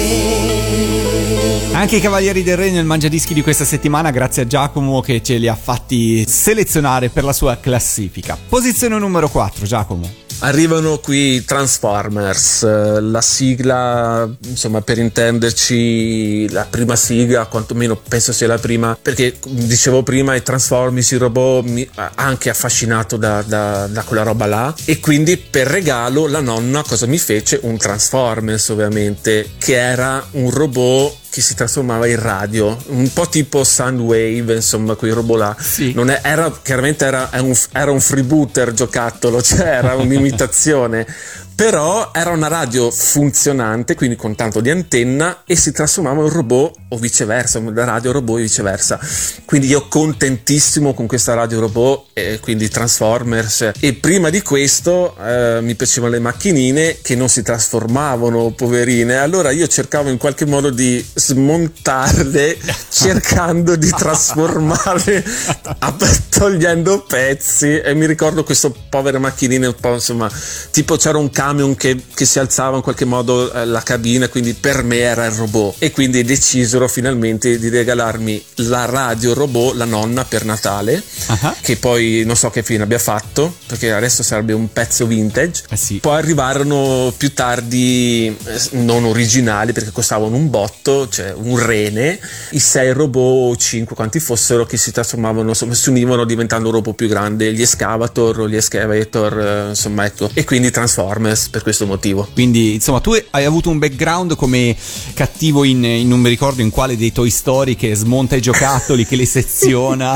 te. Anche i Cavalieri del Re nel Mangiadischi di questa settimana, grazie a Giacomo che ce li ha fatti selezionare per la sua classifica. Posizione numero 4, Giacomo. Arrivano qui i Transformers, la sigla, insomma, per intenderci, la prima sigla, quantomeno penso sia la prima, perché dicevo prima i Transformers, i robot, mi ha anche affascinato da quella roba là, e quindi per regalo la nonna cosa mi fece? Un Transformers, ovviamente, che era un robot che si trasformava in radio, un po' tipo Soundwave, insomma, quei robot là. Sì. Non è, chiaramente era un freebooter giocattolo, cioè era un'imitazione, però era una radio funzionante, quindi con tanto di antenna, e si trasformava in un robot o viceversa, da radio robot e viceversa. Quindi io contentissimo con questa radio robot, quindi Transformers. E prima di questo mi piacevano le macchinine che non si trasformavano, poverine, allora io cercavo in qualche modo di smontarle cercando di trasformarle togliendo pezzi, e mi ricordo questo povere macchinine un po', insomma, tipo c'era un camion che si alzava in qualche modo la cabina, quindi per me era il robot, e quindi decisero finalmente di regalarmi la radio robot, la nonna, per Natale, che poi non so che fine abbia fatto, perché adesso sarebbe un pezzo vintage. Sì. Poi arrivarono più tardi non originali, perché costavano un botto, cioè un rene, i 6 robot o 5 quanti fossero, che si trasformavano, insomma, si univano diventando un robot più grande, gli Excavator o gli Excavator, insomma, ecco, e quindi Transformers per questo motivo. Quindi, insomma, tu hai avuto un background come cattivo in non mi ricordo in quale dei Toy Story, che smonta i giocattoli, che li seziona.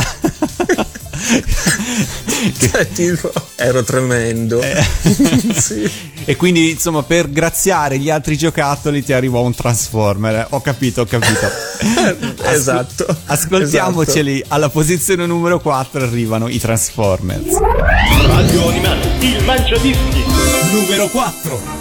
Tipo, ero tremendo. Sì. E quindi, insomma, per graziare gli altri giocattoli ti arrivò un Transformer. Ho capito. Esatto. Ascoltiamoceli. Esatto. Alla posizione numero 4 arrivano i Transformers. Radio Animati, il Mangiadischi numero 4.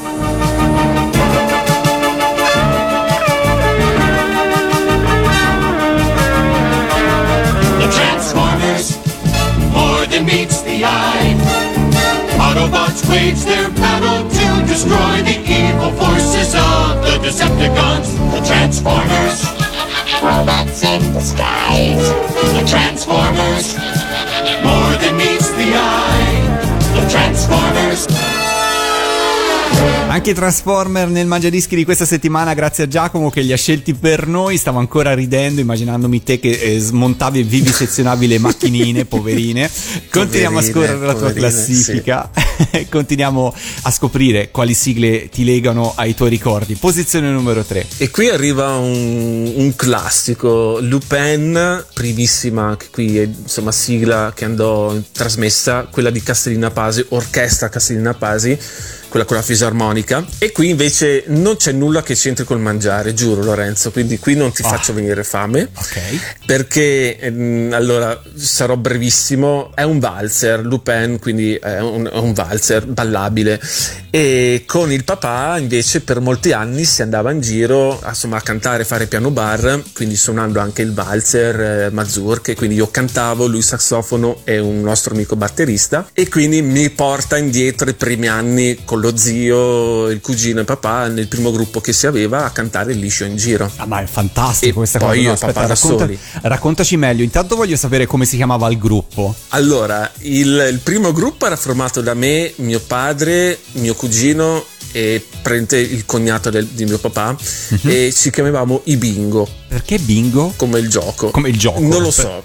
Transformers, more than meets the eye. Autobots wage their battle to destroy the evil forces of the Decepticons. The Transformers, robots in disguise. The Transformers, more than meets the eye. The Transformers. Anche Transformer nel Mangiadischi di questa settimana, grazie a Giacomo che li ha scelti per noi. Stavo ancora ridendo immaginandomi te che smontavi e vivisezionavi le macchinine, poverine. Continuiamo a scorrere la tua classifica, sì. Continuiamo a scoprire quali sigle ti legano ai tuoi ricordi. Posizione numero 3. E qui arriva un classico, Lupin, primissima, anche qui insomma sigla che andò trasmessa, quella di Castellina Pasi, orchestra Castellina Pasi, quella con la fisarmonica. E qui invece non c'è nulla che c'entri col mangiare, giuro Lorenzo, quindi qui non ti faccio venire fame, perché allora sarò brevissimo. È un valzer, Lupin, quindi è un valzer ballabile, e con il papà invece per molti anni si andava in giro insomma a cantare, fare piano bar, quindi suonando anche il valzer, mazurche, quindi io cantavo, lui sassofono e un nostro amico batterista, e quindi mi porta indietro i primi anni con lo zio, il cugino e papà nel primo gruppo che si aveva a cantare liscio in giro. Ah, ma è fantastico questa cosa. Poi io no, e papà da soli. Raccontaci meglio, intanto voglio sapere come si chiamava il gruppo. Allora, il primo gruppo era formato da me, mio padre, mio cugino e il cognato di mio papà, e ci chiamavamo i Bingo. Perché Bingo? Come il gioco. Come il gioco? Non lo so.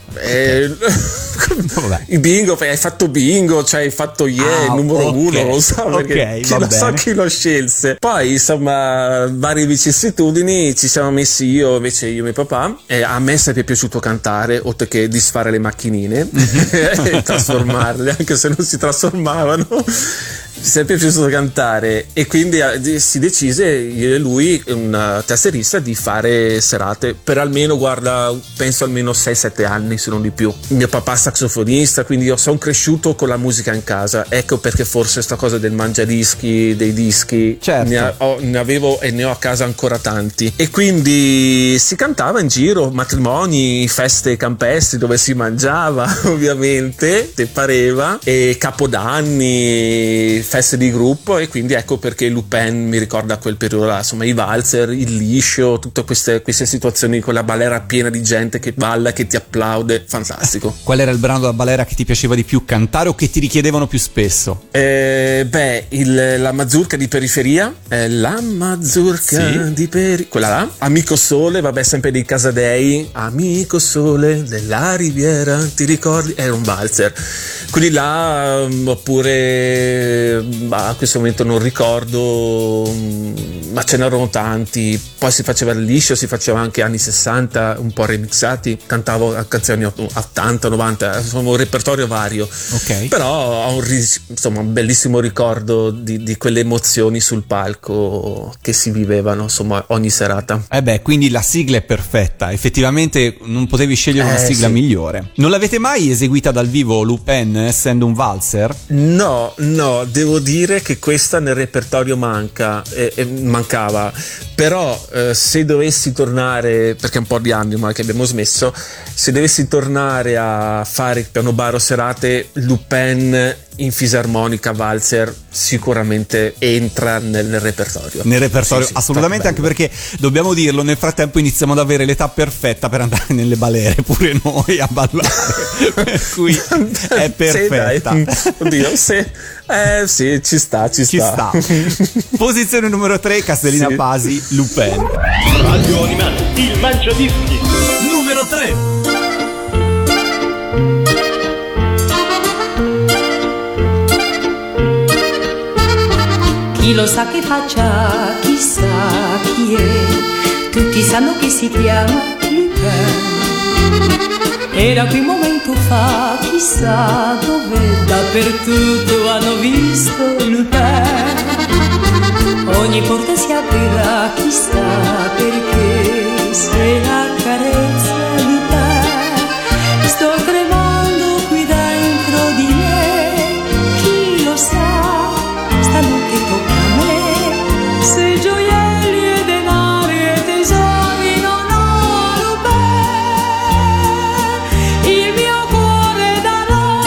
I Bingo, hai fatto bingo, cioè hai fatto il numero uno, non lo so, perché chi lo scelse. Poi insomma varie vicissitudini, ci siamo messi io e mio papà, e a me sarebbe piaciuto cantare oltre che disfare le macchinine e trasformarle, anche se non si trasformavano. Ci sarebbe piaciuto cantare, e quindi si decise io e lui, un tastierista, di fare serate per almeno, penso almeno 6-7 anni, se non di più. Mio papà saxofonista, quindi io sono cresciuto con la musica in casa, ecco perché forse sta cosa del mangiadischi, dei dischi, certo. ne avevo e ne ho a casa ancora tanti, e quindi si cantava in giro, matrimoni, feste campestri dove si mangiava ovviamente, te pareva, e capodanni, feste di gruppo, e quindi ecco perché Lupin mi ricorda quel periodo là, insomma i valzer, il liscio, tutte queste situazioni con la balera piena di gente che balla, che ti applaude, fantastico. Qual era il brano della balera che ti piaceva di più cantare o che ti richiedevano più spesso? La mazurka di periferia, la mazurka di periferia, quella là. Amico Sole, vabbè, sempre dei Casadei, Amico Sole della Riviera, ti ricordi? Era un valzer. Quelli là, oppure a questo momento non ricordo, ma ce n'erano tanti. Poi si faceva il liscio, si faceva anche anni 60 un po' remixati, cantavo canzoni 80, 90, insomma un repertorio vario. Però ho un bellissimo ricordo di quelle emozioni sul palco che si vivevano insomma ogni serata. Quindi la sigla è perfetta, effettivamente non potevi scegliere una sigla migliore. Non l'avete mai eseguita dal vivo Lupin, essendo un valzer? No, devo dire che questa nel repertorio mancava, però se dovessi tornare, perché è un po' di anni ormai che abbiamo smesso, se dovessi tornare a fare piano bar o serate, Lupin in fisarmonica valzer sicuramente entra nel repertorio. Nel repertorio, sì, assolutamente, anche perché dobbiamo dirlo, nel frattempo iniziamo ad avere l'età perfetta per andare nelle balere pure noi a ballare. Per cui è perfetta. Oddio, sì, ci sta. Posizione numero 3, Castellina Pasi, Lupin. Radio Animati, il Mangiadischi numero 3. Chi lo sa che faccia, chissà chi è, tutti sanno che si chiama Lupin. Era qui un momento fa, chissà dove, dappertutto hanno visto Lupin. Ogni porta si aprirà, chissà perché, se la carezza Lupin. Sto tremando qui dentro di me, chi lo sa, stanotte tocca a me, se gioielli e denari e tesori non ho Lupin, il mio cuore darò.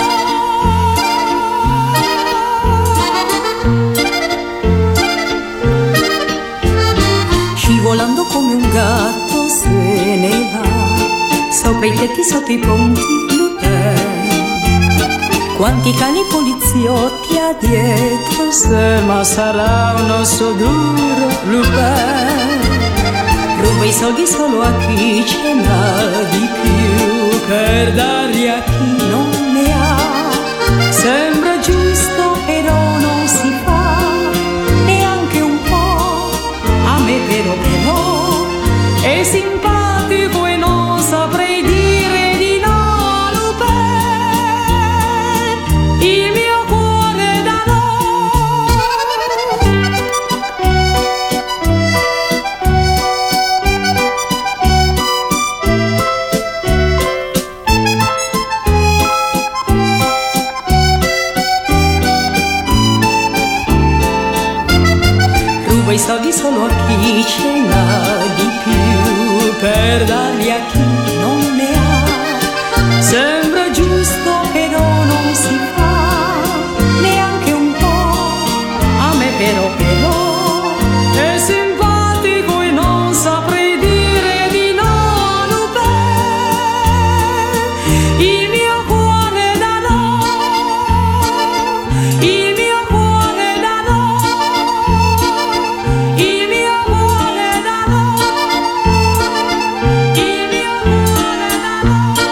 Scivolando come un gatto se ne va, sopra i tetti, sotto i ponti, Lupin. Quanti cani poliziotti ha dietro forse, ma sarà un osso duro, Lupin. Ruba i soldi solo a chi ce n'ha di più, per darli a chi non ne ha. Sembra giusto, però non si fa, neanche un po'. A me però è simpatico e non saprei dire di no, Lupin. Il mio cuore da no. Ruba i soldi solo a chi ce n'ha di più, per darli a chi non ne ha. Sembra giusto, però non si fa, neanche un po'. A me però è simpatico e non saprei dire di no, Lupin. Il mio cuore da no, il mio cuore da no, il mio cuore da no, il mio cuore da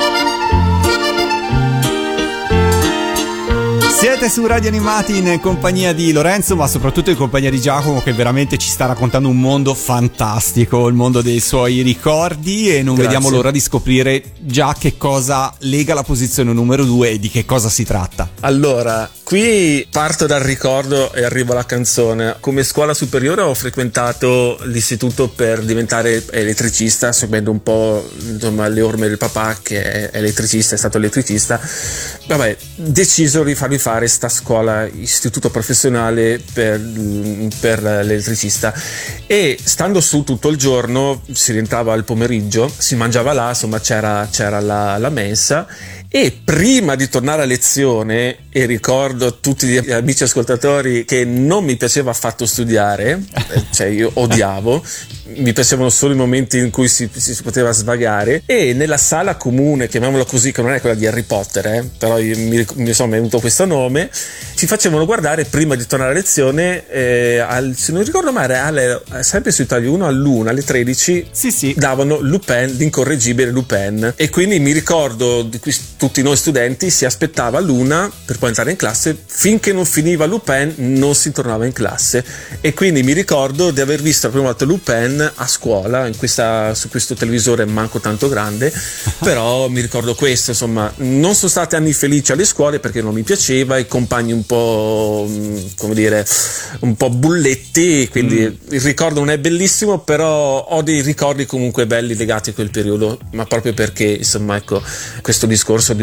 no. Siete su Radio Animati in compagnia di Lorenzo, ma soprattutto in compagnia di Giacomo, che veramente ci sta raccontando un mondo fantastico, il mondo dei suoi ricordi, e non Grazie. vediamo l'ora di scoprire già che cosa lega la posizione numero 2 e di che cosa si tratta. Allora, qui parto dal ricordo e arrivo alla canzone. Come scuola superiore ho frequentato l'istituto per diventare elettricista, seguendo un po', insomma, le orme del papà che è elettricista, è stato elettricista. Vabbè, decisero di farmi fare sta scuola, istituto professionale per l'elettricista, e stando su tutto il giorno, si rientrava al pomeriggio, si mangiava là, insomma c'era la mensa. E prima di tornare a lezione, e ricordo a tutti gli amici ascoltatori che non mi piaceva affatto studiare, cioè io odiavo, mi piacevano solo i momenti in cui si poteva svagare, e nella sala comune, chiamiamola così, che non è quella di Harry Potter, però mi sono venuto questo nome, ci facevano guardare prima di tornare a lezione, se non ricordo male, sempre su Italia 1 all'1 alle 13 sì, davano Lupin, l'incorreggibile Lupin, e quindi mi ricordo di tutti noi studenti si aspettava l'una per poi entrare in classe, finché non finiva Lupin non si tornava in classe, e quindi mi ricordo di aver visto la prima volta Lupin a scuola su questo televisore manco tanto grande, però mi ricordo questo, insomma. Non sono stati anni felici alle scuole perché non mi piaceva, i compagni un po', come dire, un po' bulletti, quindi il ricordo non è bellissimo, però ho dei ricordi comunque belli legati a quel periodo, ma proprio perché, insomma, ecco, questo discorso di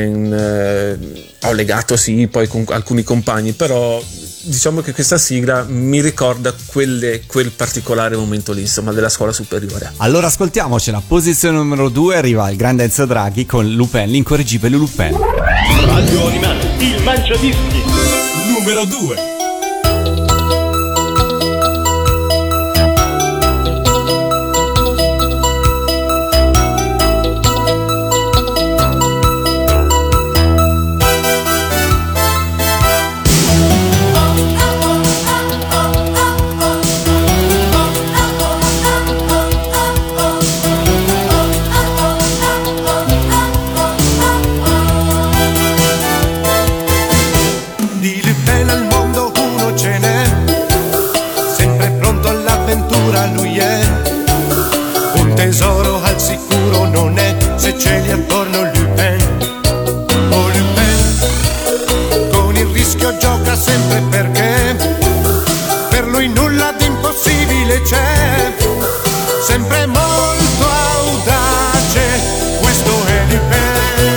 Lupin ho legato sì poi con alcuni compagni, però diciamo che questa sigla mi ricorda quel particolare momento lì, insomma, della scuola superiore. Allora ascoltiamocela. Posizione numero 2 arriva il grande Enzo Draghi con Lupin, l'incorreggibile Lupin. Radio Animati, il Mangiadischi numero 2. Tesoro al sicuro non è, se ce li attorno Lupin. Oh Lupin, con il rischio gioca sempre perché per lui nulla di impossibile c'è, sempre molto audace, questo è Lupin.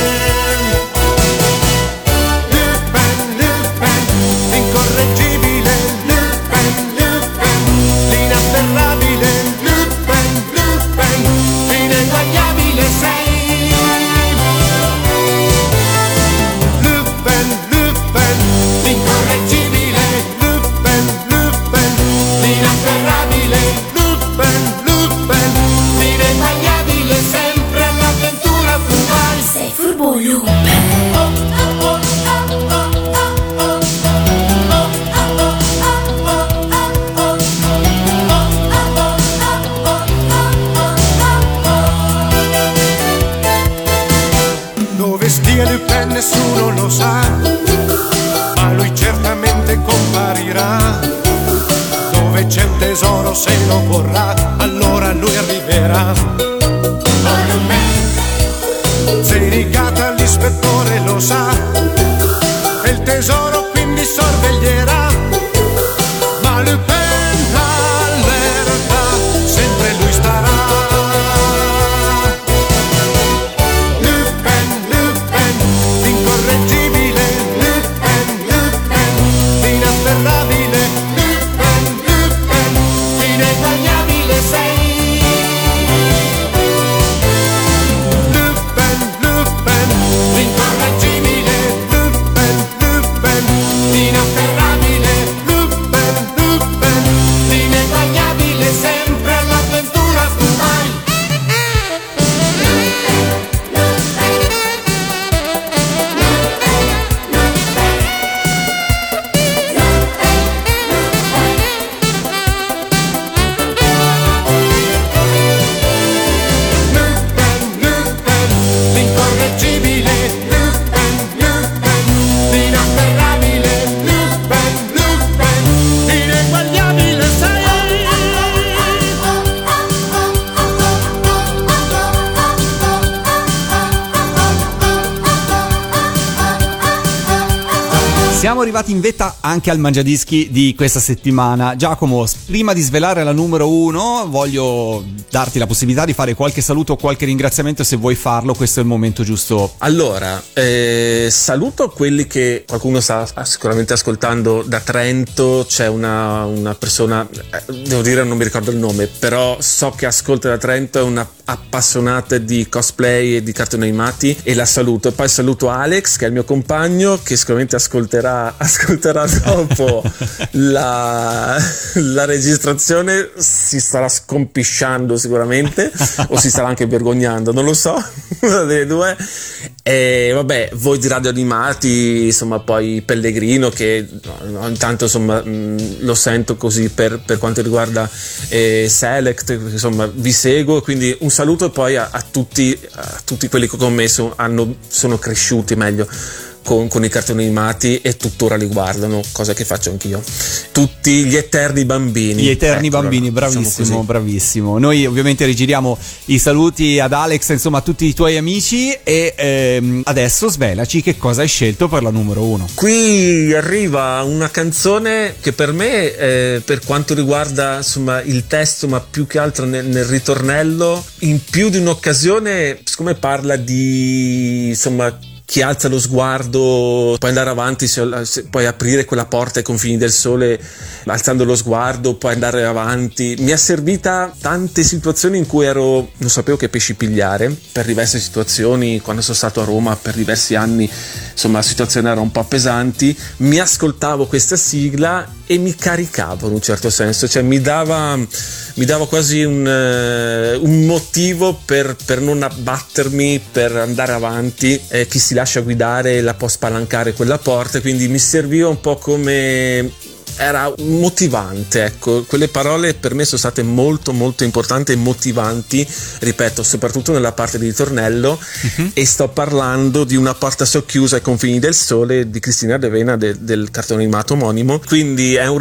Lupin, Lupin, l'incorreggibile Lupin, Lupin, l'inafferrabile Lupin, ineguagliabile sei. Lupin, Lupin, l'incorreggibile Lupin, Lupin, l'inafferrabile Lupin, Lupin, ineguagliabile, sempre all'avventura fumai. Sei furbo Lupin. tesoro, se lo vorrà, allora lui arriverà. Zenigata l'ispettore lo sa, e il tesoro quindi sorveglierà, ma Lupin allerta, sempre lui starà. Lupin, Lupin, l'incorreggibile, Lupin, Lupin, l'inafferrabile, Lupin, Lupin, l'ineguagliabile sei. Siamo arrivati in vetta anche al Mangiadischi di questa settimana. Giacomo, prima di svelare la numero 1 voglio darti la possibilità di fare qualche saluto o qualche ringraziamento, se vuoi farlo, questo è il momento giusto. Allora, saluto quelli che qualcuno sta sicuramente ascoltando da Trento. C'è una persona, devo dire non mi ricordo il nome, però so che ascolta da Trento, è una appassionata di cosplay e di cartoni animati, e la saluto. E poi saluto Alex, che è il mio compagno, che sicuramente ascolterà dopo la registrazione, si starà scompisciando sicuramente o si starà anche vergognando, non lo so, una delle due. E vabbè, voi di Radio Animati, insomma, poi Pellegrino, che intanto insomma lo sento così per quanto riguarda Select, insomma vi seguo, quindi un saluto. E poi a tutti quelli che con me sono cresciuti meglio con i cartoni animati e tuttora li guardano, cosa che faccio anch'io. Tutti gli eterni bambini. Gli eterni bambini, bravissimo, diciamo bravissimo. Noi ovviamente rigiriamo i saluti ad Alex, insomma a tutti i tuoi amici, e adesso svelaci che cosa hai scelto per la numero 1. Qui arriva una canzone che per me, per quanto riguarda insomma il testo, ma più che altro nel ritornello, in più di un'occasione, siccome parla di insomma chi alza lo sguardo, puoi andare avanti, puoi aprire quella porta ai confini del sole alzando lo sguardo, puoi andare avanti. Mi è servita tante situazioni in cui non sapevo che pesci pigliare, per diverse situazioni. Quando sono stato a Roma per diversi anni, insomma, la situazione era un po' pesanti, mi ascoltavo questa sigla e mi caricavo in un certo senso, cioè mi dava quasi un motivo per non abbattermi, per andare avanti. Chi si lascia guidare la può spalancare quella porta, quindi mi serviva un po' come era motivante, ecco. Quelle parole per me sono state molto molto importanti e motivanti, ripeto, soprattutto nella parte di ritornello. E sto parlando di Una porta socchiusa ai confini del sole di Cristina D'Avena, del cartone animato omonimo. Quindi è un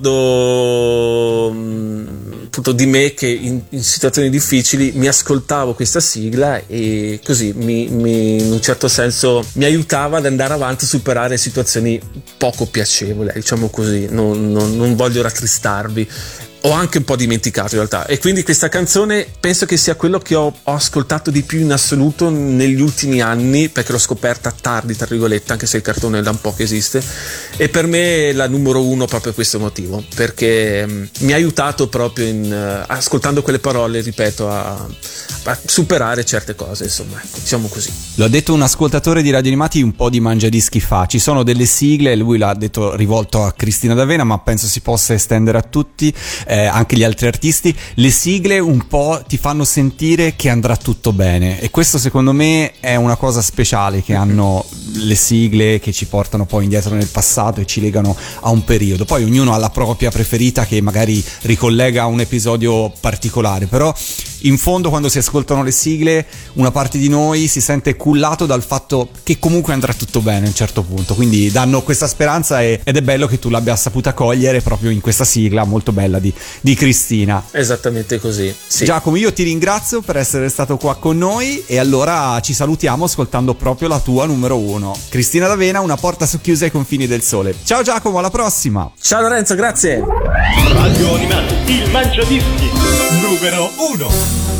ricordo appunto di me che in situazioni difficili mi ascoltavo questa sigla e così in un certo senso mi aiutava ad andare avanti, a superare situazioni poco piacevoli, diciamo così. Non voglio rattristarvi, ho anche un po' dimenticato in realtà, e quindi questa canzone penso che sia quello che ho ascoltato di più in assoluto negli ultimi anni, perché l'ho scoperta tardi, tra virgolette, anche se il cartone da un po' che esiste, e per me è la numero 1 proprio per questo motivo, perché mi ha aiutato proprio ascoltando quelle parole, ripeto, a superare certe cose, insomma, ecco, diciamo così. Lo ha detto un ascoltatore di Radio Animati un po' di Mangiadischi fa, ci sono delle sigle, lui l'ha detto rivolto a Cristina D'Avena, ma penso si possa estendere a tutti, anche gli altri artisti. Le sigle un po' ti fanno sentire che andrà tutto bene, e questo secondo me è una cosa speciale che hanno le sigle, che ci portano poi indietro nel passato e ci legano a un periodo. Poi ognuno ha la propria preferita che magari ricollega a un episodio particolare, però in fondo quando si ascoltano le sigle una parte di noi si sente cullato dal fatto che comunque andrà tutto bene a un certo punto, quindi danno questa speranza ed è bello che tu l'abbia saputa cogliere proprio in questa sigla molto bella di Cristina. Esattamente così, sì. Giacomo, io ti ringrazio per essere stato qua con noi e allora ci salutiamo ascoltando proprio la tua numero 1, Cristina D'Avena, Una porta socchiusa ai confini del sole. Ciao Giacomo, alla prossima. Ciao Lorenzo, grazie. Radio Animati, il Mangiadischi numero 1.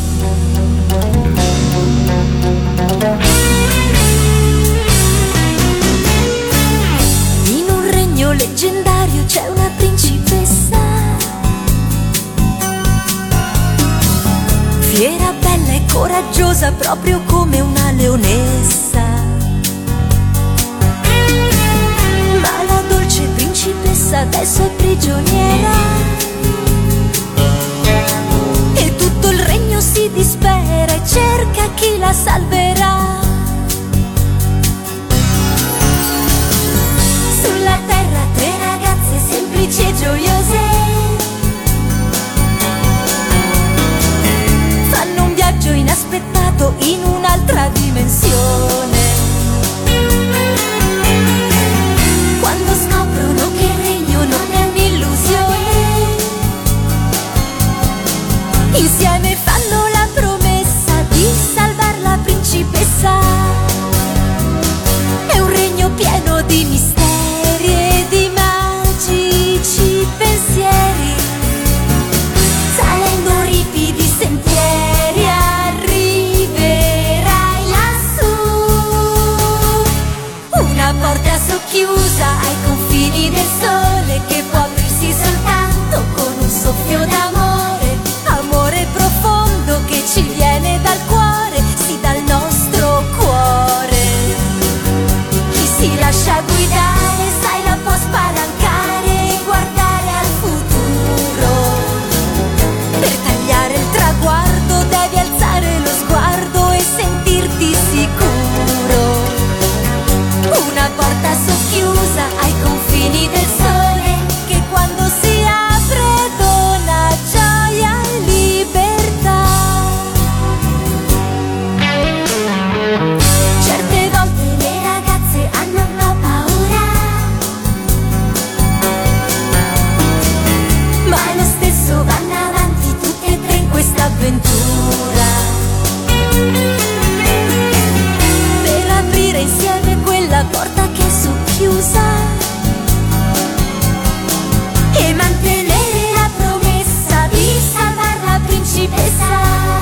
In un regno leggendario c'è una principessa, fiera, bella e coraggiosa, proprio come una leonessa. Ma la dolce principessa adesso è prigioniera e tutto il regno si dispera e cerca chi la salverà. Sulla terra 3 ragazze semplici e gioiose fanno un viaggio inaspettato in un'altra dimensione. Quando scoprono che il regno non è un'illusione, insieme fanno la promessa di salvar la principessa. È un regno pieno di misteri e di magici pensieri. Salendo ripidi sentieri arriverai lassù. Una porta socchiusa ai confini del sole che può aprirsi soltanto con un soffio d'amore. Amore profondo che ci viene dal cuore, sì, dal nostro cuore. Chi si lascia guidare, sai, la può spalancare e guardare al futuro. Per tagliare il traguardo devi alzare lo sguardo e sentirti sicuro. Una porta socchiusa ai confini del sole che quando si apre dona gioia e libertà. Certe volte le ragazze hanno paura, ma lo stesso vanno avanti tutte e 3 in questa avventura. Per aprire insieme quella porta che è socchiusa e mantenere la promessa di salvar la principessa.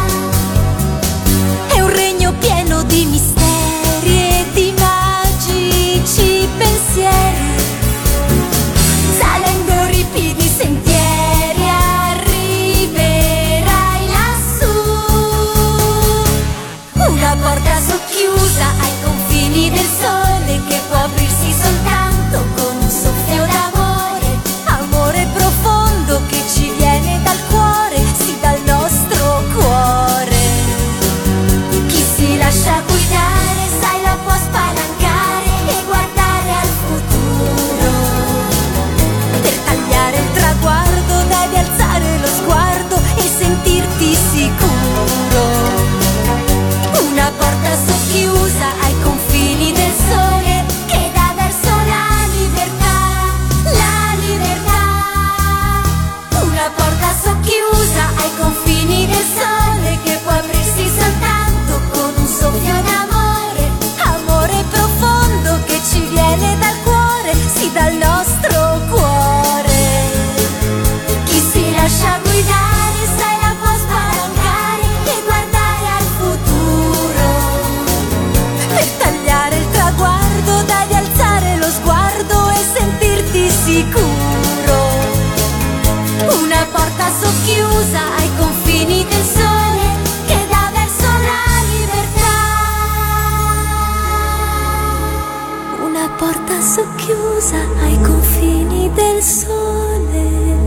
È un regno pieno di misteri e di magici pensieri. Salendo ripidi sentieri arriverai lassù. Una porta socchiusa ai confini del sole che può aprirsi soltanto con un soffio d'amore. Amore profondo che ci viene dal cuore, sì, dal nostro cuore. Chi si lascia guidare, sai, la può spalancare e guardare al futuro. Per tagliare il traguardo devi alzare lo sguardo e sentirti sicuro. Una porta socchiusa ai confini del sole che dà verso la libertà, la libertà. Una porta socchiusa ai confini del sole che può aprirsi soltanto con un soffio d'amore. Amore profondo che ci viene dal cuore, sì, dal nostro cuore. Chi si lascia guidare, sai, la può spalancare e guardare al futuro. Per tagliare il traguardo devi alzare lo sguardo e sentirti sicuro. Una porta socchiusa ai confini del sole che dà verso la libertà. Una porta socchiusa ai confini del sole.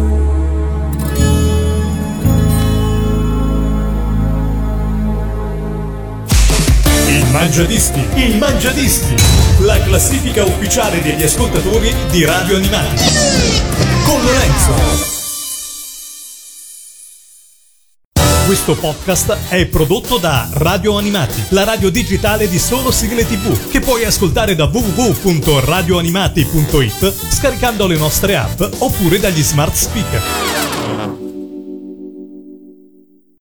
Il Mangiadischi, la classifica ufficiale degli ascoltatori di Radio Animati. Con Lorenzo. Questo podcast è prodotto da Radio Animati, la radio digitale di solo sigle TV, che puoi ascoltare da www.radioanimati.it scaricando le nostre app oppure dagli smart speaker.